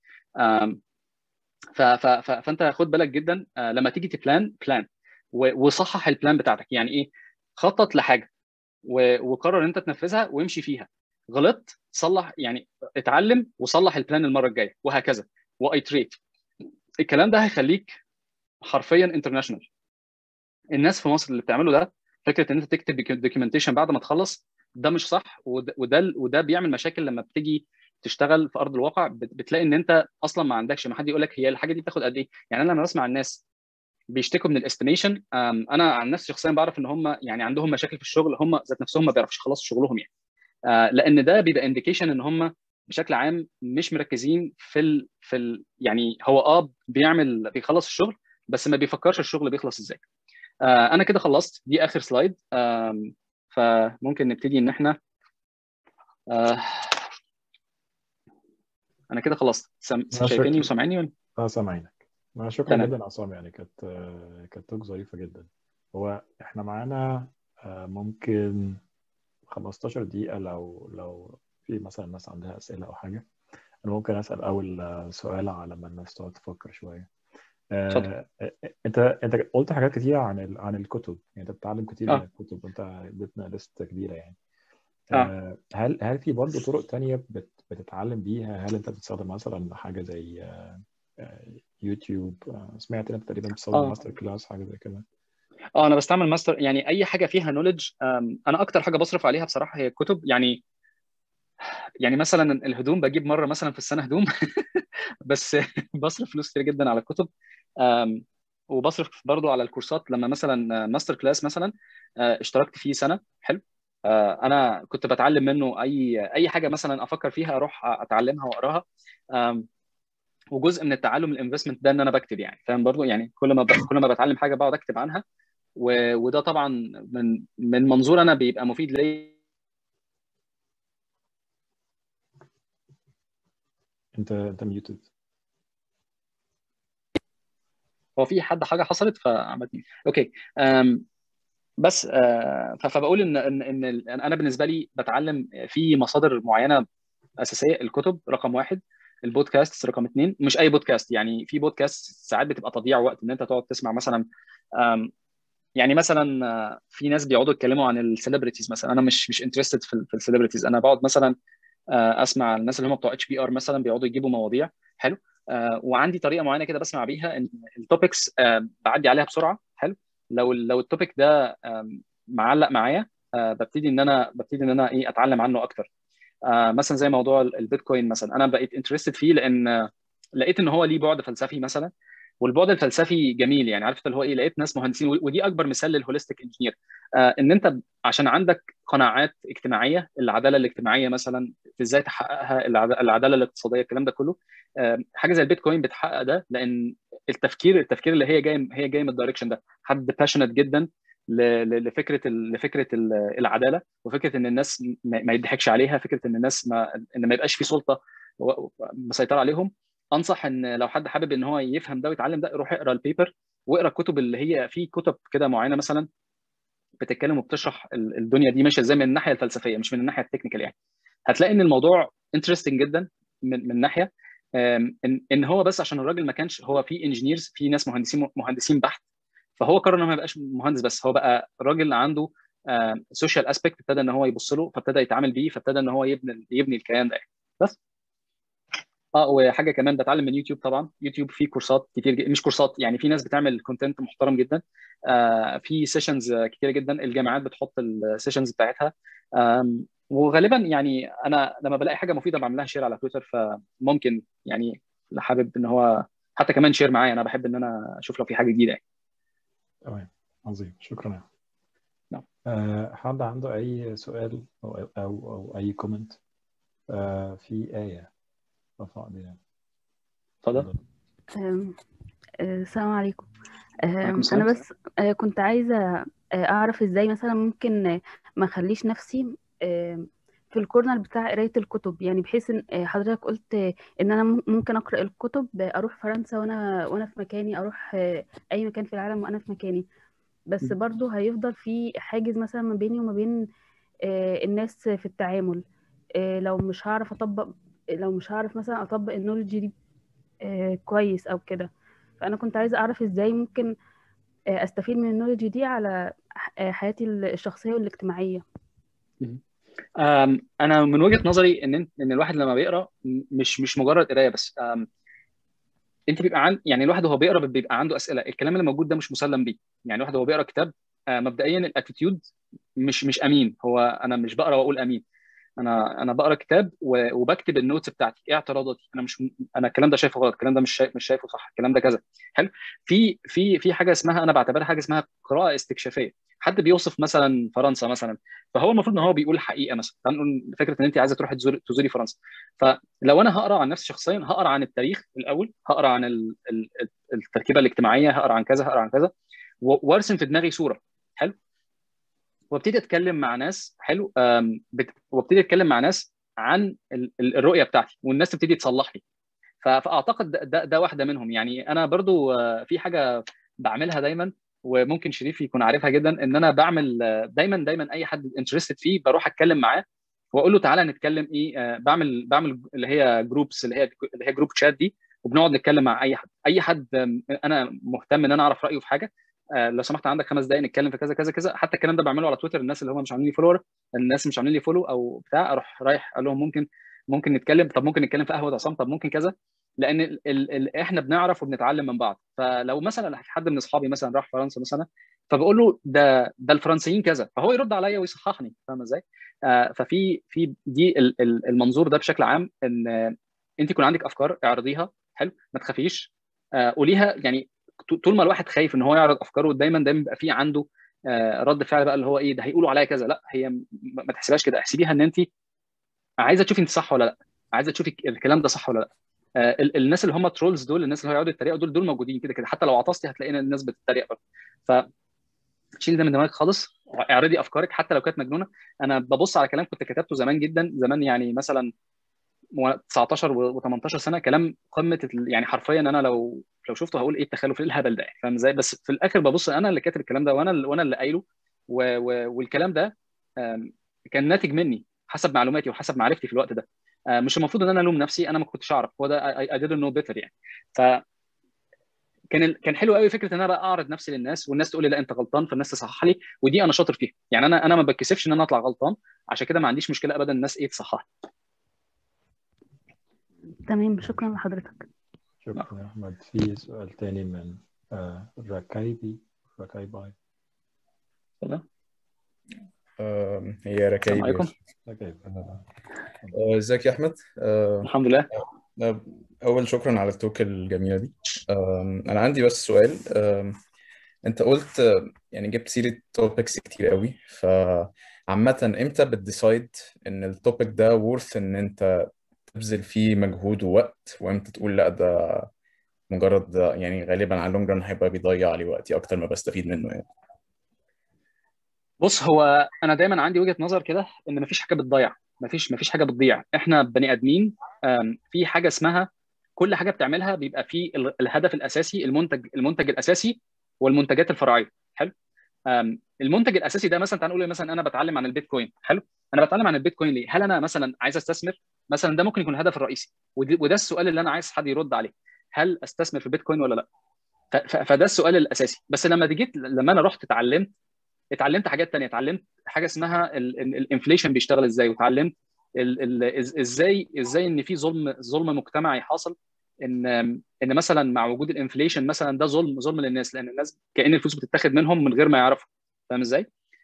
فانت خد بالك جدا لما تيجي بلان وصحح البلان بتاعتك. يعني ايه، خطط لحاجه وقرر ان انت تنفذها وامشي فيها. غلطت صلح، يعني اتعلم وصلح البلان المره الجايه، وهكذا وايتريت. الكلام ده هيخليك حرفيا انترناشونال. الناس في مصر اللي بتعمله ده، فكره ان انت تكتب دوكيومنتيشن بعد ما تخلص، ده مش صح. وده بيعمل مشاكل لما بتيجي تشتغل في ارض الواقع. بتلاقي ان انت اصلا ما عندكش، ما حد يقول لك هي الحاجه دي بتاخد قد ايه. يعني انا لما بسمع الناس بيشتكوا من الاستيميشن، انا عن نفسي شخصيا بعرف ان هم يعني عندهم مشاكل في الشغل، هم ذات نفسهم ما بيعرفوش يخلصوا شغلهم يعني. لان ده بيبقى انديكيشن ان هم بشكل عام مش مركزين يعني هو بيخلص الشغل، بس ما بيفكرش الشغل بيخلص ازاي. انا كده خلصت، دي اخر سلايد. فممكن نبتدي ان احنا انا كده خلصت. شايفيني وسامعيني؟
سامعينك. شكرا
تمام.
جدا عصام، يعني كانت توك ظريفة جدا. هو احنا معانا ممكن 15 دقيقة، لو في مثلا ناس عندها أسئلة أو حاجة. أنا ممكن أسأل أول سؤال على ما الناس تقعد تفكر شوية.
اتفضل.
أنت قلت حاجات كتير عن الكتب، يعني أنت بتتعلم كتير من الكتب، وأنت اديتنا لست كبيرة يعني. هل في برضه طرق تانية بتتعلم بيها؟ هل أنت بتستخدم مثلا حاجة زي يوتيوب؟ سمعت أنت تقريبا بتستخدم ماستر كلاس، حاجة زي كده.
انا بستعمل ماستر، يعني اي حاجه فيها نولج. انا اكتر حاجه بصرف عليها بصراحه هي الكتب. يعني مثلا الهدوم بجيب مره مثلا في السنه هدوم بس بصرف فلوس كتير جدا على الكتب. وبصرف برضو على الكورسات. لما مثلا ماستر كلاس مثلا اشتركت فيه سنه. حلو. انا كنت بتعلم منه اي حاجه مثلا افكر فيها اروح اتعلمها واقراها. وجزء من التعلم الانفستمنت ده ان انا بكتب، يعني فاهم برضو. يعني كل ما بتعلم حاجه بقعد اكتب عنها. وده طبعا من منظور انا بيبقى مفيد ليا.
انت ميوتد.
هو في حاجه حصلت فعملتني اوكي. بس فبقول ان انا بالنسبه لي بتعلم في مصادر معينه اساسيه. الكتب رقم 1، البودكاست رقم 2. مش اي بودكاست، يعني في بودكاست ساعات بتبقى تضييع وقت ان انت تقعد تسمع مثلا. يعني مثلا في ناس بيقعدوا يتكلموا عن السليبرتيز مثلا. انا مش انترستد في السليبرتيز. انا بقعد مثلا اسمع الناس اللي هم بتوع HR مثلا، بيقعدوا يجيبوا مواضيع. حلو. وعندي طريقه معينه كده بسمع بيها، ان التوبكس بعدي عليها بسرعه. حلو. لو التوبيك ده معلق معايا، ببتدي ان انا ايه اتعلم عنه اكتر. مثلا زي موضوع البيتكوين مثلا، انا بقيت انترستد فيه لان لقيت ان هو ليه بعد فلسفي مثلا. والبعد الفلسفي جميل، يعني عارف اللي هو ايه، لقيت ناس مهندسين، ودي اكبر مثال للهوليستيك انجينير. ان انت عشان عندك قناعات اجتماعيه، العداله الاجتماعيه مثلا ازاي تحققها، العداله الاقتصاديه، الكلام ده كله. حاجه زي البيتكوين بتحقق ده، لان التفكير اللي هي جاي من الدايركشن ده، حد باشنت جدا لفكره العداله، وفكره ان الناس ما يضحكش عليها، فكره ان الناس ما يبقاش في سلطه مسيطره عليهم. انصح ان لو حد حابب ان هو يفهم ده ويتعلم ده، يروح يقرا البيبر، واقرا الكتب اللي هي في كتب كده معينه مثلا بتتكلم وبتشرح الدنيا دي ماشيه ازاي من الناحيه الفلسفيه، مش من الناحيه التكنيكال يعني. هتلاقي ان الموضوع انترستنج جدا من ناحيه ان هو بس عشان الراجل ما كانش هو في انجينيرز، في ناس مهندسين بحت، فهو قرر ان هو ما يبقاش مهندس بس، هو بقى راجل عنده سوشيال اسبيكت، ابتدى ان هو يبص له، فابتدى يتعامل بيه، فابتدى ان هو يبني الكيان ده يعني. بس وحاجه كمان بتعلم من يوتيوب طبعا. يوتيوب فيه كورسات كتير مش كورسات يعني، في ناس بتعمل كونتنت محترم جدا. في سيشنز كتير جدا، الجامعات بتحط السيشنز بتاعتها. وغالبا يعني انا لما بلاقي حاجه مفيده بعملها شير على تويتر، فممكن يعني اللي حابب ان هو حتى كمان شير معايا، انا بحب ان انا اشوف لو في حاجه جديده يعني.
تمام، عظيم، شكرا.
نعم.
حد عنده أي سؤال أو أي كومنت؟ في آية رفع ايديها.
اتفضل.
السلام عليكم.
عليكم
انا
السلام.
بس كنت عايزه اعرف ازاي مثلا ممكن ما اخليش نفسي في الكورنر بتاع قرايه الكتب، يعني بحيث ان حضرتك قلت ان انا ممكن اقرا الكتب، اروح فرنسا وانا في مكاني، اروح اي مكان في العالم وانا في مكاني، بس برضو هيفضل في حاجز مثلا ما بيني وما بين الناس في التعامل. لو مش هعرف مثلا اطبق النولج دي كويس او كده. فانا كنت عايزه اعرف ازاي ممكن استفيد من النولج دي على حياتي الشخصيه والاجتماعيه.
انا من وجهة نظري ان الواحد لما بيقرا مش مجرد قرايه بس. انت بيبقى يعني الواحد وهو بيقرا بيبقى عنده اسئله، الكلام اللي موجود ده مش مسلم بيه. يعني الواحد وهو بيقرا كتاب مبدئيا الاتيتيود مش امين، هو انا مش بقرا واقول امين. انا بقرا كتاب وبكتب النوتس بتاعتي، ايه اعتراضاتي، انا الكلام ده شايفه غلط، الكلام ده مش شايفه صح، الكلام ده كذا. حلو. في حاجه اسمها، انا بعتبرها حاجه اسمها قراءه استكشافيه. حد بيوصف مثلا فرنسا مثلا، فهو المفروض ان هو بيقول حقيقه. مثلا تعالوا نقول فكره ان انت عايزه تروحي تزوري فرنسا، فلو انا هقرا عن نفسي شخصيا، هقرا عن التاريخ الاول، هقرا عن التركيبه الاجتماعيه، هقرا عن كذا، هقرا عن كذا، وارسم في دماغي صوره. حلو. وابتدي اتكلم مع ناس. حلو. وابتدي اتكلم مع ناس عن الرؤيه بتاعتي، والناس تبتدي تصلح لي. فاعتقد ده واحده منهم. يعني انا برضو في حاجه بعملها دايما، وممكن شريف يكون عارفها جدا، ان انا بعمل دايما اي حد انترستد فيه بروح اتكلم معاه واقول له تعالى نتكلم ايه. بعمل اللي هي جروبس، اللي هي جروب شات دي، وبنقعد نتكلم مع اي حد انا مهتم ان انا اعرف رايه في حاجه. لو سمحت عندك 5 دقائق نتكلم في كذا كذا كذا. حتى الكلام ده بعمله على تويتر، الناس اللي هم مش عاملين لي فولور، الناس مش عاملين لي فولو او بتاع، اروح رايح اقول لهم ممكن نتكلم، طب ممكن نتكلم في قهوه عصام، طب ممكن كذا. لان احنا بنعرف وبنتعلم من بعض. فلو مثلا حد من اصحابي مثلا راح فرنسا مثلا، فبقول له ده الفرنسيين كذا، فهو يرد عليا ويصححني. فاهم ازاي؟ ففي دي المنظور ده بشكل عام، ان انت يكون عندك افكار اعرضيها. حلو. ما تخافيش. قوليها يعني. طول ما الواحد خايف ان هو يعرض افكاره، دايما بيبقى في عنده رد فعل بقى، اللي هو ايه ده هيقولوا عليا كذا. لا، هي ما تحسبهاش كده، احسبيها ان انت عايزه تشوفي انت صح ولا لا، عايزه تشوفي الكلام ده صح ولا لا. الناس اللي هم ترولز دول، الناس اللي هيقعدوا يتريقوا دول موجودين كده كده، حتى لو عطستي هتلاقي ان الناس بتتريق برضه. فشيل ده من دماغك خالص، اعرضي افكارك حتى لو كانت مجنونه. انا ببص على كلام كنت كتبته زمان جدا، زمان يعني مثلا 19 و18 سنه، كلام قمه يعني حرفيا انا لو شفته هقول ايه التخلف، ايه الهبل ده يعني. فاهم ازاي؟ بس في الاخر ببص انا اللي كاتب الكلام ده، وانا اللي قايله. والكلام ده كان ناتج مني حسب معلوماتي وحسب معرفتي في الوقت ده. مش المفروض ان انا الوم نفسي، انا ما كنتش اعرف، هو ده I didn't know better يعني. فكان كان حلو قوي فكره ان انا بقى اعرض نفسي للناس، والناس تقول لي لا انت غلطان، فالناس تصحح لي، ودي انا شاطر فيها يعني. انا ما بتكسفش ان انا اطلع غلطان، عشان كده ما عنديش مشكله ابدا الناس ايه تصحح
تمام، شكرا لحضرتك.
شكرا يا أحمد. في سؤال تاني من ركايباي.
لي.
هي
السلام
ركايب.
عليكم.
ركايب.
ازيك يا احمد.
الحمد لله.
أول شكرا على التوك الجميلة دي. أنا عندي بس سؤال. أنت قلت يعني جبت سيرة توبكس كتير قوي، فعامة إمتى بتديسايد إن التوبك ده worth إن أنت تبذل فيه مجهود ووقت، وإمتى تقول لأ ده مجرد يعني غالبا على اللونج ران هيبقى بيضيع لي وقتي أكتر ما بستفيد منه يعني؟
بص، هو انا دايما عندي وجهة نظر كده ان مفيش حاجه بتضيع. مفيش حاجه بتضيع. احنا بني ادمين. في حاجه اسمها كل حاجه بتعملها بيبقى في الهدف الاساسي، المنتج الاساسي والمنتجات الفرعيه. حلو. المنتج الاساسي ده مثلا، تعال نقول مثلا انا بتعلم عن البيتكوين. حلو. انا بتعلم عن البيتكوين ليه؟ هل انا مثلا عايز استثمر؟ مثلا ده ممكن يكون الهدف الرئيسي، وده السؤال اللي انا عايز حد يرد عليه. هل استثمر في البيتكوين ولا لا؟ فده السؤال الاساسي. بس لما انا رحت اتعلمت حاجات تانية. اتعلمت حاجه اسمها الانفليشن بيشتغل ازاي، واتعلمت ازاي ان في ظلم مجتمعي حاصل. ان مثلا مع وجود الانفليشن مثلا ده ظلم للناس، لان الناس كأن الفلوس بتتاخد منهم من غير ما يعرفوا. فاهم ازاي؟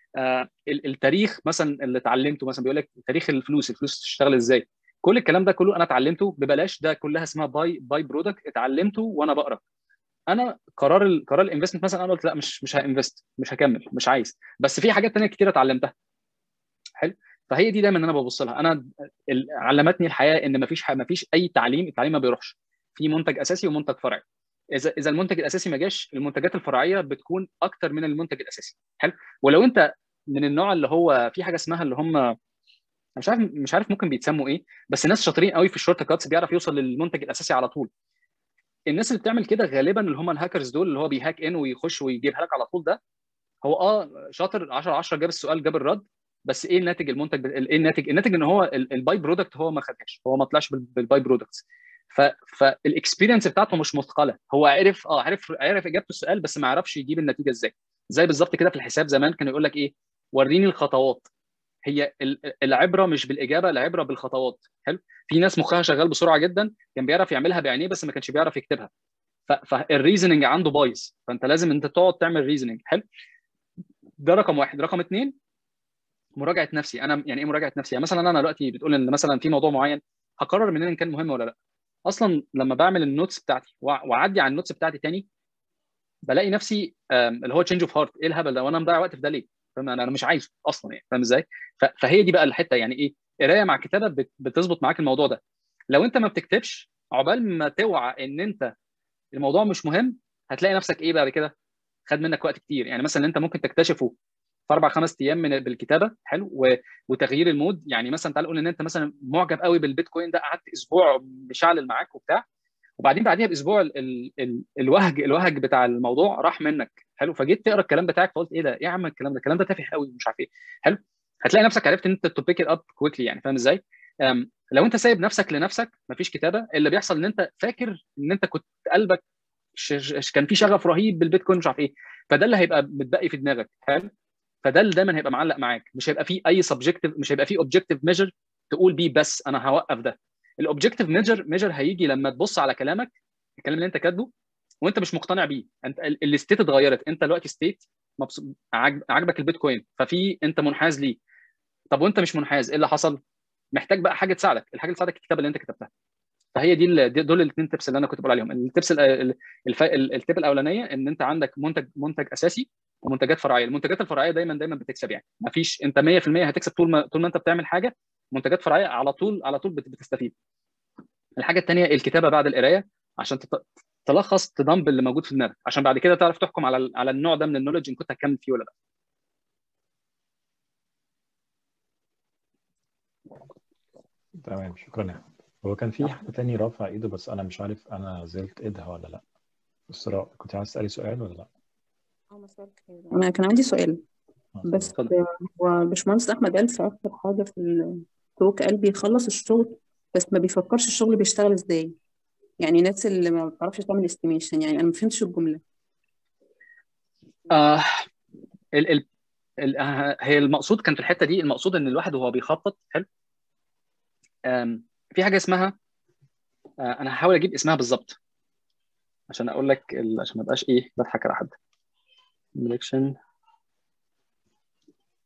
التاريخ مثلا اللي اتعلمته، مثلا بيقول لك تاريخ الفلوس تشتغل ازاي. كل الكلام ده كله انا اتعلمته ببلاش. ده كلها اسمها باي برودكت، اتعلمته وانا بقرا. انا قرار الانفستمنت مثلا، انا قلت لا، مش هانفست، مش هكمل، مش عايز. بس في حاجات تانية كتير اتعلمتها. حلو. فهي دي دايما انا ببص لها. انا علمتني الحياه ان مفيش اي التعليم ما بيروحش. في منتج اساسي ومنتج فرعي. اذا المنتج الاساسي ما جاش، المنتجات الفرعيه بتكون اكتر من المنتج الاساسي. حلو. ولو انت من النوع اللي هو في حاجه اسمها اللي هم، مش عارف ممكن بيتسموا ايه، بس ناس شاطرين قوي في الشورت كاتس، بيعرف يوصل للمنتج الاساسي على طول. الناس اللي بتعمل كده غالبا اللي هم الهاكرز دول، اللي هو بيهاك ان ويخش ويجيبها لك على طول. ده هو شاطر 10 جاب السؤال، جاب الرد. بس ايه الناتج؟ ايه الناتج ان هو الباي برودكت هو ما خدهاش، هو ما طلعش بالباي برودكتس. فالاكسبيرينس بتاعته مش مثقله. هو عرف اجابه السؤال، بس ما عرفش يجيب النتيجه ازاي. زي بالظبط كده في الحساب زمان كان يقول لك ايه؟ وريني الخطوات. هي العبره مش بالاجابه، العبره بالخطوات. حلو. في ناس مخها شغال بسرعه جدا، كان بيعرف يعملها بعينيه بس ما كانش بيعرف يكتبها. فالريزننج عنده بايظ. فانت لازم انت تقعد تعمل ريزننج. حلو. ده رقم واحد. رقم اثنين، مراجعه نفسي. انا يعني ايه مراجعه نفسي؟ يعني مثلا انا دلوقتي بتقول ان مثلا في موضوع معين، هقرر منين ان كان مهم ولا لا. اصلا لما بعمل النوتس بتاعتي واعدي على النوتس بتاعتي تاني، بلاقي نفسي اللي هو تشينج اوف هارت. ايه الهبل ده وانا مضيع وقت في ده ليه؟ فاهم؟ انا مش عايزه اصلا يعني. فاهم ازاي؟ فهي دي بقى الحته. يعني ايه قرايه مع كتابه بتظبط معاك الموضوع ده. لو انت ما بتكتبش، عقبال ما توعى ان انت الموضوع مش مهم، هتلاقي نفسك ايه بعد كده؟ خد منك وقت كتير. يعني مثلا انت ممكن تكتشفه في 4 5 ايام بالكتابه. حلو. وتغيير المود. يعني مثلا تعال نقول ان انت مثلا معجب قوي بالبيتكوين ده، قعدت اسبوع مشعل معاك وبتاع، وبعدين بعديها باسبوع الوهج بتاع الموضوع راح منك. حلو. فجيت تقرا الكلام بتاعك، فقلت ايه ده؟ ايه يا عم الكلام ده تافه قوي، مش عارف ايه. حلو. هتلاقي نفسك عرفت ان انت تو بيك ات اب كويكلي. يعني فاهم ازاي؟ لو انت سايب نفسك لنفسك، مفيش كتابه. اللي بيحصل ان انت فاكر ان انت كنت قلبك كان في شغف رهيب بالبيتكوين، مش عارف ايه. فده اللي هيبقى متبقي في دماغك. حلو. فده اللي دايما هيبقى معلق معاك. مش هيبقى فيه اي سبجكتيف، مش هيبقى فيه اوبجكتيف ميجر تقول بيه بس انا هوقف ده. الاوبجكتيف ميجر هيجي لما تبص على كلامك، الكلام اللي انت كاتبه، وانت مش مقتنع بيه. انت الستيت اتغيرت. انت دلوقتي ستيت عاجبك البيتكوين، ففي انت منحاز ليه. طب وانت مش منحاز، ايه اللي حصل؟ محتاج بقى حاجه تساعدك. الحاجه اللي تساعدك الكتابه اللي انت كتبتها. فهي دول الاثنين تبس اللي انا كنت بقول عليهم. التبس التب الاولانيه ان انت عندك منتج اساسي ومنتجات فرعيه. المنتجات الفرعيه دايما بتكسب. يعني ما فيش، انت 100% هتكسب طول ما انت بتعمل حاجه. منتجات فرعيه على طول بتستفيد. الحاجه الثانيه الكتابه بعد القرايه، عشان تلخص تدمب اللي موجود في دماغك، عشان بعد كده تعرف تحكم على النوع ده من النولج ان كنت هتكمل فيه ولا لا.
تمام، شكرا. هو كان في حد تاني رافع ايده، بس انا مش عارف انا زلت ايدها ولا لا. اسراء، كنت عايز تسالي سؤال ولا لا؟
مساء الخير. أنا كان عندي سؤال بس.
اتفضل.
هو الباشمهندس أحمد قال في آخر حاجة في التوك، قال بيخلص الشغل بس ما بيفكرش الشغل بيشتغل إزاي. يعني الناس اللي ما بتعرفش تعمل استيميشن، يعني أنا ما فهمتش الجملة.
آه ال ال هي المقصود كان في الحته دي، المقصود ان الواحد وهو بيخطط. حلو. في حاجه اسمها، انا هحاول اجيب اسمها بالظبط عشان اقول لك عشان ما ابقاش ايه بضحك على حد. selection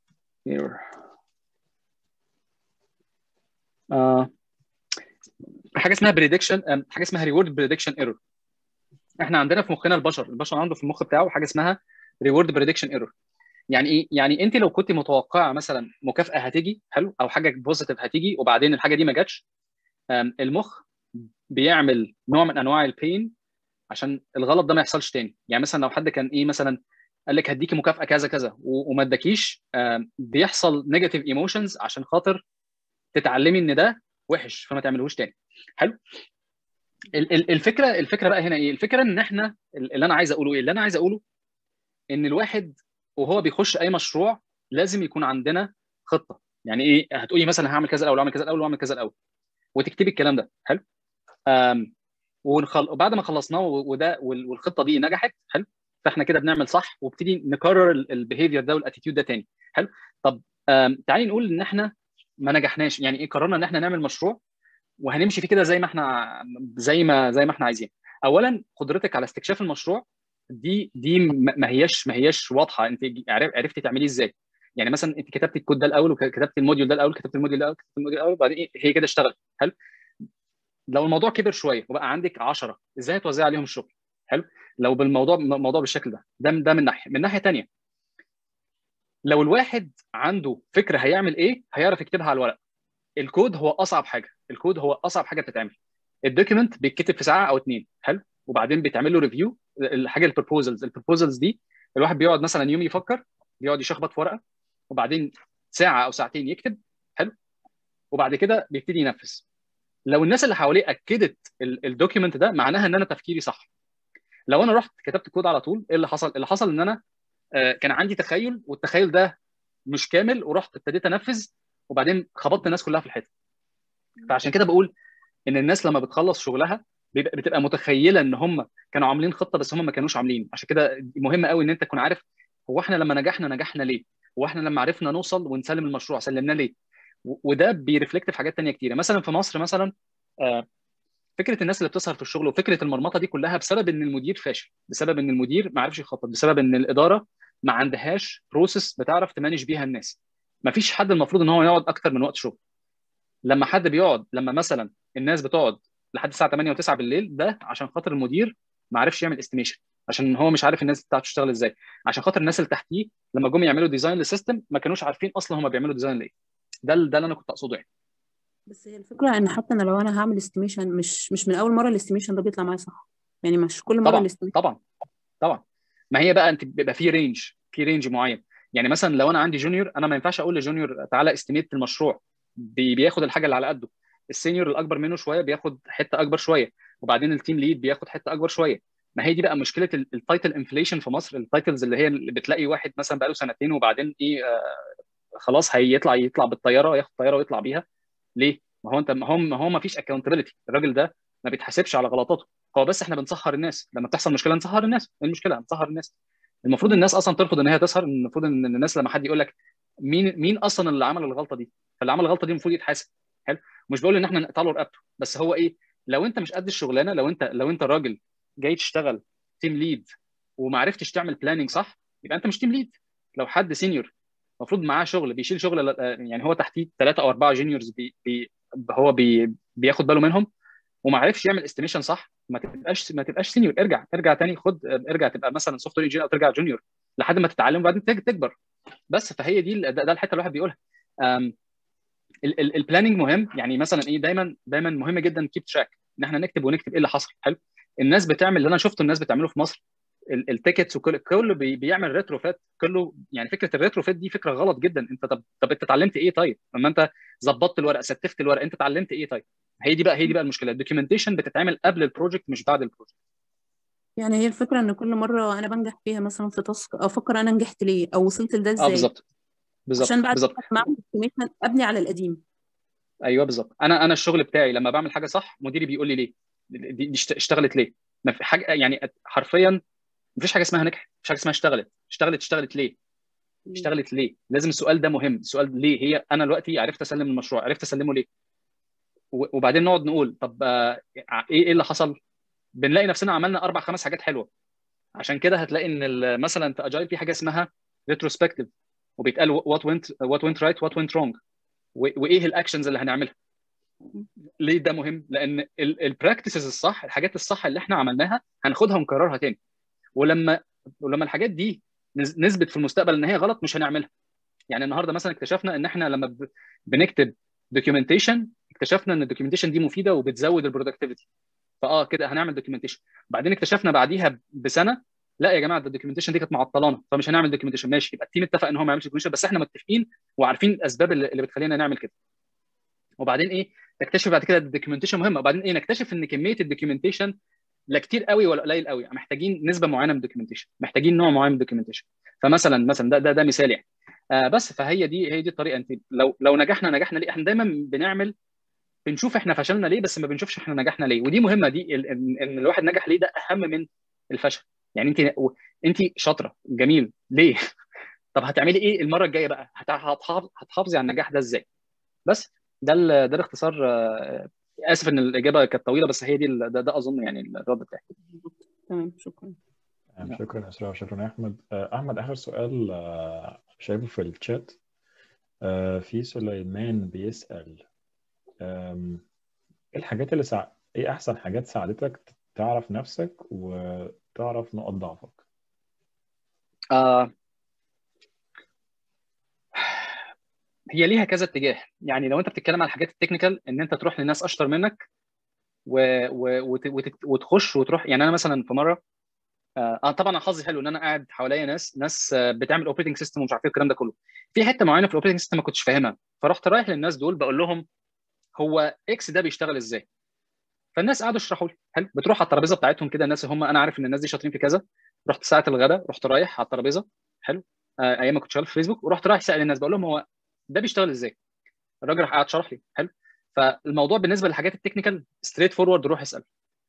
here. حاجه اسمها بريدكشن، حاجه اسمها ريورد بريدكشن ايرور. احنا عندنا في مخنا البشر عنده في المخ بتاعه حاجه اسمها ريورد بريدكشن ايرور. يعني ايه؟ يعني انت لو كنت متوقعه مثلا مكافاه هتيجي حلو او حاجه بوزيتيف هتيجي وبعدين الحاجه دي ما جاتش، المخ بيعمل نوع من انواع البين عشان الغلط ده ما يحصلش تاني. يعني مثلا لو حد كان ايه مثلا قال لك هديكي مكافاه كذا كذا وما اداكيش، بيحصل نيجاتيف ايموشنز عشان خاطر تتعلمي ان ده وحش فما تعملوش تاني. حلو. الفكره بقى هنا ايه؟ الفكره ان احنا اللي انا عايز اقوله ايه؟ اللي انا عايز اقوله ان الواحد وهو بيخش اي مشروع لازم يكون عندنا خطه. يعني ايه؟ هتقولي مثلا هعمل كذا الاول واعمل كذا الاول واعمل كذا الاول وتكتبي الكلام ده. حلو. وبعد ما خلصناه وده والخطه دي نجحت، حلو، فاحنا كده بنعمل صح وابتدي نكرر البيهيفير ده والاتيتيود ده تاني. حلو. طب تعالي نقول ان احنا ما نجحناش. يعني ايه؟ قررنا ان احنا نعمل مشروع وهنمشي فيه كده زي ما احنا عايزين. اولا قدرتك على استكشاف المشروع دي ما هياش واضحه. انت عرفتي تعمليه ازاي؟ يعني مثلا انت كتبت الكود ده الاول وكتبت الموديول ده الاول، كتبت الموديول ده الاول، كتبت الموديول الاول، وبعدين هي كده اشتغلت. حلو. لو الموضوع كبر شويه وبقى عندك 10، ازاي هتوزعي عليهم الشغل؟ حلو. لو الموضوع بالشكل ده من ناحيه ثانيه، لو الواحد عنده فكره هيعمل ايه هيعرف يكتبها على الورق. الكود هو اصعب حاجه، الكود هو اصعب حاجه بتتعمل. الدوكيمنت بيتكتب في ساعه او اتنين. حلو. وبعدين بيتعمل له ريفيو. الحاجه البروبوزلز دي الواحد بيقعد مثلا يوم يفكر، بيقعد يشخبط في ورقه، وبعدين ساعه او ساعتين يكتب. حلو. وبعد كده بيبتدي ينفذ. لو الناس اللي حواليه اكدت الدوكيمنت ده معناها ان انا تفكيري صح. لو انا رحت كتبت الكود على طول، ايه اللي حصل؟ اللي حصل ان انا كان عندي تخيل والتخيل ده مش كامل، ورحت ابتديت انفذ وبعدين خبطت الناس كلها في الحته. فعشان كده بقول ان الناس لما بتخلص شغلها بتبقى متخيله ان هم كانوا عاملين خطه بس هم ما كانوش عاملين. عشان كده مهم قوي ان انت تكون عارف هو احنا لما نجحنا ليه؟ هو احنا لما عرفنا نوصل ونسلم المشروع سلمناه ليه؟ وده بيرفلكت في حاجات تانية كتيره. مثلا في مصر مثلا فكره الناس اللي بتسهر في الشغل وفكره المرمطه دي كلها بسبب ان المدير فاشل، بسبب ان المدير ما عرفش يخطط، بسبب ان الاداره ما عندهاش بروسيس بتعرف تمانج بيها الناس. ما فيش حد المفروض ان هو يقعد اكتر من وقت شغل. لما حد بيقعد، لما مثلا الناس بتقعد لحد الساعه 8 و9 بالليل، ده عشان خاطر المدير ما عرفش يعمل استيميشن، عشان هو مش عارف الناس بتاعته تشتغل ازاي، عشان خاطر الناس اللي تحتيه لما جم يعملوا ديزاين للسيستم ما كانوش عارفين اصلا هم بيعملوا ديزاين ليه. ده اللي انا كنت اقصده يعني.
بس هي الفكرة ان حتى انا لو انا هعمل استيميشن مش من اول مرة الاستيميشن ده بيطلع معايا صح. يعني مش كل مرة
طبعا
الاستيميشن.
طبعا طبعا. ما هي بقى انت بيبقى في رينج معين. يعني مثلا لو انا عندي جونيور، انا ما ينفعش اقول لجونيور تعالى استيميت المشروع، بياخد الحاجه اللي على قده. السينيور الاكبر منه شويه بياخد حته اكبر شويه، وبعدين التيم ليد بياخد حته اكبر شويه. ما هي دي بقى مشكله التايتل انفليشن في مصر. التايتلز اللي هي اللي بتلاقي واحد مثلا بقاله سنتين وبعدين ايه خلاص يطلع بالطياره، ياخد طياره ويطلع بيها. ليه؟ ما هو انت ما هو ما فيش اكونتبيلتي. الراجل ده ما بيتحاسبش على غلطاته. هو بس احنا بنسهر الناس لما بتحصل مشكله، نسهر الناس. ايه المشكله؟ نسهر الناس. المفروض الناس اصلا ترفض ان هي تسهر. المفروض ان الناس لما حد يقول لك مين اصلا اللي عمل الغلطه دي، فاللي عمل الغلطه دي المفروض يتحاسب. حلو. مش بقول ان احنا نقطع له رقبته، بس هو ايه؟ لو انت مش قد الشغلانه، لو انت راجل جاي تشتغل تيم ليد وما عرفتش تعمل بلاننج صح، يبقى انت مش تيم ليد. لو حد سينيور المفروض معاه شغل بيشيل شغل، يعني هو تحتيه 3 او 4 جونيورز بياخد باله منهم وما عرفش يعمل استيميشن صح، ما تبقاش سينيور. ارجع تاني، ارجع تبقى مثلا سوفت وير انجينير او ترجع جونيور لحد ما تتعلم وبعدين تكبر. بس فهي دي ده الحته اللي الواحد بيقولها. البلاننج مهم. يعني مثلا ايه؟ دايما مهم جدا كيب تراك، ان احنا نكتب ونكتب ايه اللي حصل. حلو. الناس بتعمل اللي انا شفته الناس بتعمله في مصر، التيكتس كله بيعمل ريترو فات كله. يعني فكره الريترو فات دي فكره غلط جدا. انت طب انت اتعلمت ايه؟ طيب اما انت ظبطت الورق ستفت الورق، انت اتعلمت ايه؟ طيب هي دي بقى المشكله. الدوكيومنتيشن بتتعمل قبل البروجكت مش بعد البروجكت.
يعني هي الفكرة ان كل مرة انا بنجح فيها مثلا في تاسك افكر انا نجحت ليه او وصلت لده
اه
ازاي،
بالظبط بالظبط
عشان بعد
بالظبط.
كده لما اعمل استيميشن ابني على القديم.
ايوه بالظبط. انا الشغل بتاعي لما بعمل حاجه صح مديري بيقول لي ليه دي اشتغلت ليه. ما في حاجه يعني حرفيا مفيش حاجه اسمها نجحت، مفيش حاجه اسمها اشتغلت ليه. اشتغلت ليه؟ لازم السؤال ده مهم. السؤال ليه؟ هي انا دلوقتي عرفت اسلم المشروع، عرفت اسلمه ليه؟ وبعدين نقعد نقول طب ايه اللي حصل؟ بنلاقي نفسنا عملنا 4 5 حاجات حلوه. عشان كده هتلاقي ان مثلا في اجايل في حاجه اسمها ريتروسبكتيف، وبيتقال وات went right وات went wrong، وايه الاكشنز اللي هنعملها. ليه ده مهم؟ لان البراكتسز الصح، الحاجات الصح اللي احنا عملناها هناخدها ونكررها تاني. ولما الحاجات دي نثبت في المستقبل ان هي غلط مش هنعملها. يعني النهارده مثلا اكتشفنا ان احنا لما بنكتب دوكيومنتيشن، اكتشفنا ان الدوكيومنتيشن دي مفيده وبتزود البرودكتيفيتي، كده هنعمل دوكيومنتيشن. بعدين اكتشفنا بعديها بسنه لا يا جماعه ده الدوكيومنتيشن دي كانت معطلانا، فمش هنعمل دوكيومنتيشن. ماشي، يبقى التيم اتفق ان هو ما يعملش دوكيومنتيشن، بس احنا متفقين وعارفين الاسباب اللي بتخلينا نعمل كده. وبعدين ايه، نكتشف بعد كده الدوكيومنتيشن مهمه. وبعدين ايه، نكتشف ان كميه الدوكيومنتيشن لا كتير قوي ولا قليل قوي، محتاجين نسبه معينه من الدوكيومنتيشن، محتاجين نوع معين من الدوكيومنتيشن. فمثلا ده مثال يعني. بس فهي دي الطريقه. انت لو نجحنا ليه؟ احنا دايما بنشوف احنا فشلنا ليه، بس ما بنشوفش احنا نجحنا ليه. ودي مهمه، دي ان الواحد نجح ليه ده اهم من الفشل. يعني انت شاطره جميل ليه؟ طب هتعملي ايه المره الجايه بقى؟ هتحافظي على النجاح ده ازاي؟ بس ده الاختصار. اسف ان الاجابه كانت طويله، بس هي دي ده اظن يعني الرد بتاعي.
تمام، شكرا.
شكرا اسراء، شكرا يا احمد. احمد، اخر سؤال شايفه في الشات. في سليمان بيسأل ايه الحاجات ايه احسن حاجات ساعدتك تعرف نفسك وتعرف نقاط ضعفك؟
هي ليها كذا اتجاه. يعني لو انت بتتكلم على الحاجات التكنيكال، ان انت تروح لناس اشطر منك وتخش وتروح. يعني انا مثلا في مره، طبعا انا حظي حلو ان انا قاعد حواليا ناس بتعمل اوبريتنج سيستم ومش عارف ايه الكلام ده كله. في حته معينه في الاوبريتنج سيستم ما كنتش فاهمها، فرحت رايح للناس دول بقول لهم هو اكس ده بيشتغل ازاي. فالناس قعدوا يشرحوا لي. حلو، بتروح على الترابيزه بتاعتهم كده، الناس هم انا عارف ان الناس دي شاطرين في كذا. رحت ساعه الغداء، رحت رايح على الترابيزه. حلو، ايام ما كنت شغال في فيسبوك، ورحت رايح سال الناس بقول لهم هو ده بيشتغل ازاي. الراجل راح قاعد شرح لي. حلو، فالموضوع بالنسبه للحاجات التكنيكال ستريت فورورد، روح اسال.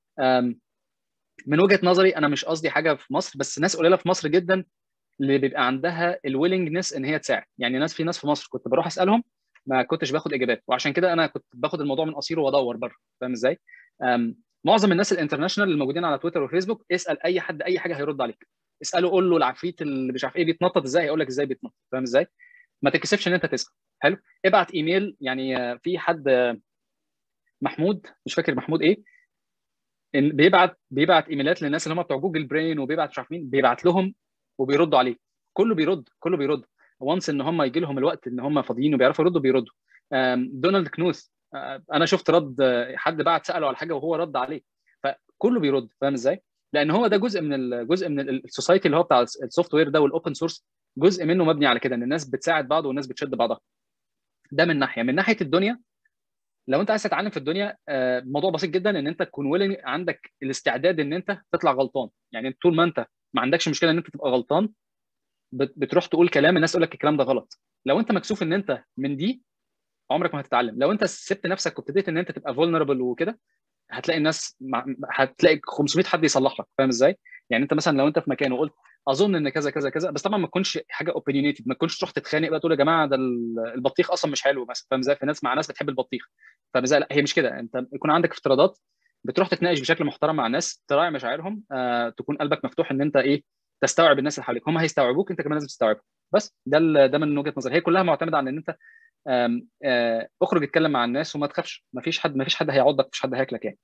من وجهه نظري انا مش قصدي حاجه في مصر، بس ناس قليله في مصر جدا اللي بيبقى عندها الويلنجنس ان هي تساعد. يعني في ناس في مصر كنت بروح اسالهم ما كنتش باخد اجابات، وعشان كده انا كنت باخد الموضوع من قصيره وادور بره. فاهم ازاي؟ معظم الناس الانترناشونال اللي موجودين على تويتر وفيسبوك، اسال اي حد اي حاجه هيرد عليك. اساله، قول له العفريت اللي مش عارف ايه بيتنطط ازاي، هيقول لك ازاي بيتنطط. فاهم ازاي؟ ما تتكسفش ان انت تسال. حلو، ابعت ايميل. يعني في حد محمود، مش فاكر محمود ايه، إن بيبعت ايميلات للناس اللي هم بتوع جوجل برين، وبيبعت مش عارف مين، بيبعت لهم وبيردوا عليه. كله بيرد وانس ان هم يجي لهم الوقت ان هم فاضيين وبيعرفوا يردوا بيردوا. دونالد كنوث، انا شفت رد حد بعت ساله على حاجه وهو رد عليه. فكله بيرد. فاهم ازاي؟ لان هو ده جزء من السوسايتي اللي هو بتاع السوفت وير ده والاوبن سورس. جزء منه مبني على كده، ان الناس بتساعد بعض والناس بتشد بعضها. ده من ناحيه الدنيا. لو انت عايز تتعلم في الدنيا، الموضوع بسيط جدا، ان انت تكون ويلنج، عندك الاستعداد ان انت تطلع غلطان. يعني طول ما انت ما عندكش مشكله ان انت تبقى غلطان، بتروح تقول كلام الناس تقول لك الكلام ده غلط. لو انت مكسوف ان انت من دي، عمرك ما هتتعلم. لو انت سبت نفسك وابتديت ان انت تبقى فولنربل وكده، هتلاقي 500 حد يصلح لك. فاهم ازاي؟ يعني انت مثلا لو انت في مكان وقلت اظن ان كذا كذا كذا، بس طبعا ما تكونش حاجه اوبينيونيتد، ما تكونش تروح تتخانق بقى تقول يا جماعه ده البطيخ اصلا مش حلو مثلا. فاهم ازاي؟ في ناس مع ناس بتحب البطيخ. فاهم ازاي؟ لا، هي مش كده. انت يكون عندك افتراضات، بتروح تتناقش بشكل محترم مع الناس، تراعي مشاعرهم، تكون قلبك مفتوح ان انت ايه، تستوعب الناس اللي حواليك. هم هيستوعبوك، انت كمان لازم تستوعبهم. بس ده من وجهه نظري. هي كلها معتمده على ان انت اخرج اتكلم مع الناس وما تخافش. ما فيش حد هيعضك، مفيش حد هياكلك يعني.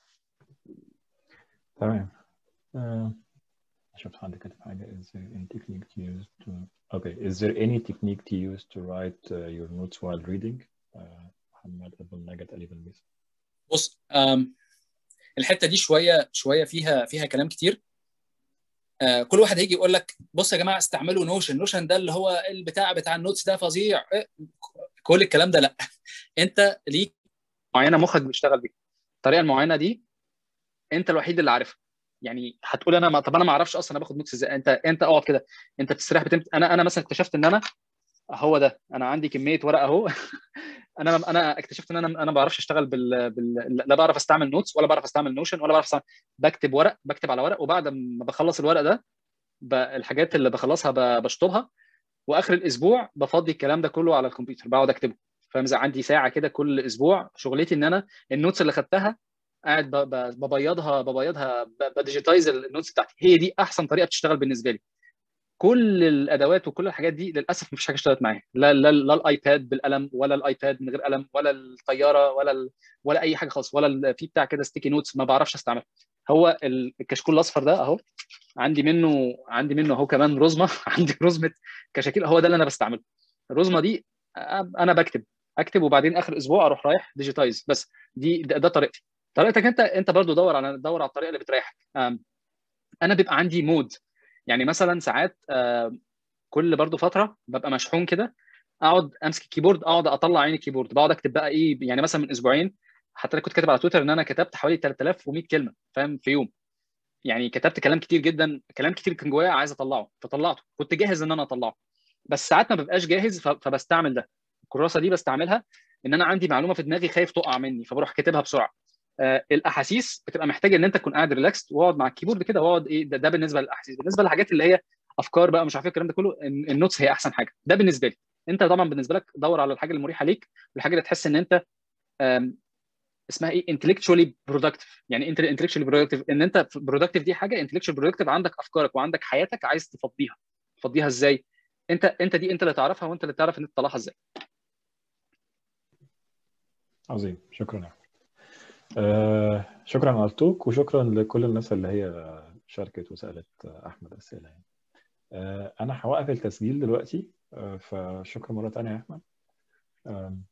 تمام. شفت حد كاتب حاجة. Is there any technique to use to Okay, is there any technique to use to write your notes while reading? محمد أبو النجا تقريبا بيسأل.
بص، الحته دي شويه فيها كلام كتير. كل واحد هيجي يقول لك بص يا جماعه استعملوا نوشن ده اللي هو بتاع النوتس ده فظيع. كل الكلام ده لا. انت ليك معينه مخك بيشتغل بيها، الطريقه المعينه دي انت الوحيد اللي عارفها. يعني هتقول طب انا ما اعرفش اصلا انا باخد نوتس ازاي. انت اقعد كده، انت بتستريح انا مثلا اكتشفت ان انا هو ده، انا عندي كميه ورق اهو. انا اكتشفت ان انا ما بعرفش اشتغل لا بعرف استعمل نوتس، ولا بعرف استعمل نوشن، ولا بعرف بكتب على ورق، وبعد ما بخلص الورق ده الحاجات اللي بخلصها بشطبها، واخر الاسبوع بفضي الكلام ده كله على الكمبيوتر بقعد اكتبه. فاهم ازاي؟ عندي ساعه كده كل اسبوع شغلتي ان انا النوتس اللي خدتها قاعد ببيضها بديجيتايز النوتس بتاعتي. هي دي احسن طريقه تشتغل بالنسبه لي.
كل الادوات وكل الحاجات دي للاسف مفيش حاجه اشتغلت معايا، لا الايباد بالقلم، ولا الايباد من غير قلم، ولا الطياره، ولا اي حاجه خالص، ولا في بتاع كده ستيكي نوتس ما بعرفش استعملها. هو الكشكول الاصفر ده اهو، عندي منه اهو كمان رزمه عندي رزمه كشاكيل، هو ده اللي انا بستعمله. الرزمه دي انا اكتب وبعدين اخر اسبوع اروح رايح ديجيتايز بس. ده طريقتي. طريقتك انت برضو دور على الطريقه اللي بتريحك. انا بيبقى عندي مود، يعني مثلا ساعات كل برضو فتره ببقى مشحون كده، اقعد امسك الكيبورد، اقعد اطلع عين الكيبورد، بقعد اكتب بقى ايه. يعني مثلا من اسبوعين حتى انا كنت كاتب على تويتر ان انا كتبت حوالي 3100 كلمه، فاهم، في يوم. يعني كتبت كلام كتير جدا، كلام كتير كان جوايا عايز اطلعه، فطلعته، كنت جاهز ان انا اطلعه. بس ساعات ما ببقاش جاهز، فبستعمل ده. الكراسه دي بستعملها ان انا عندي معلومه في دماغي خايف تقع مني، فبروح كاتبها بسرعه. الاحاسيس بتبقى محتاجه ان انت تكون قاعد ريلاكس، واقعد مع الكيبورد كده، واقعد ايه. ده بالنسبه للاحاسيس. بالنسبه للحاجات اللي هي افكار بقى، مش عارف الكلام ده كله، النوتس هي احسن حاجه. ده بالنسبه لي. انت طبعا بالنسبه لك دور على الحاجه المريحه ليك، والحاجه اللي تحس ان انت اسمها ايه intellectually productive. يعني انت intellectually productive، ان انت productive دي حاجه، intellectually productive عندك افكارك وعندك حياتك عايز تفضيها ازاي. انت اللي تعرفها، وانت اللي تعرف ان انت تطلعها ازاي.
عظيم، شكرا. شكرا على التوك، وشكرا لكل الناس اللي هي شاركت وسألت أحمد أسئلة يعني. أنا هوقف التسجيل دلوقتي، فشكرا مرة تانية يا أحمد.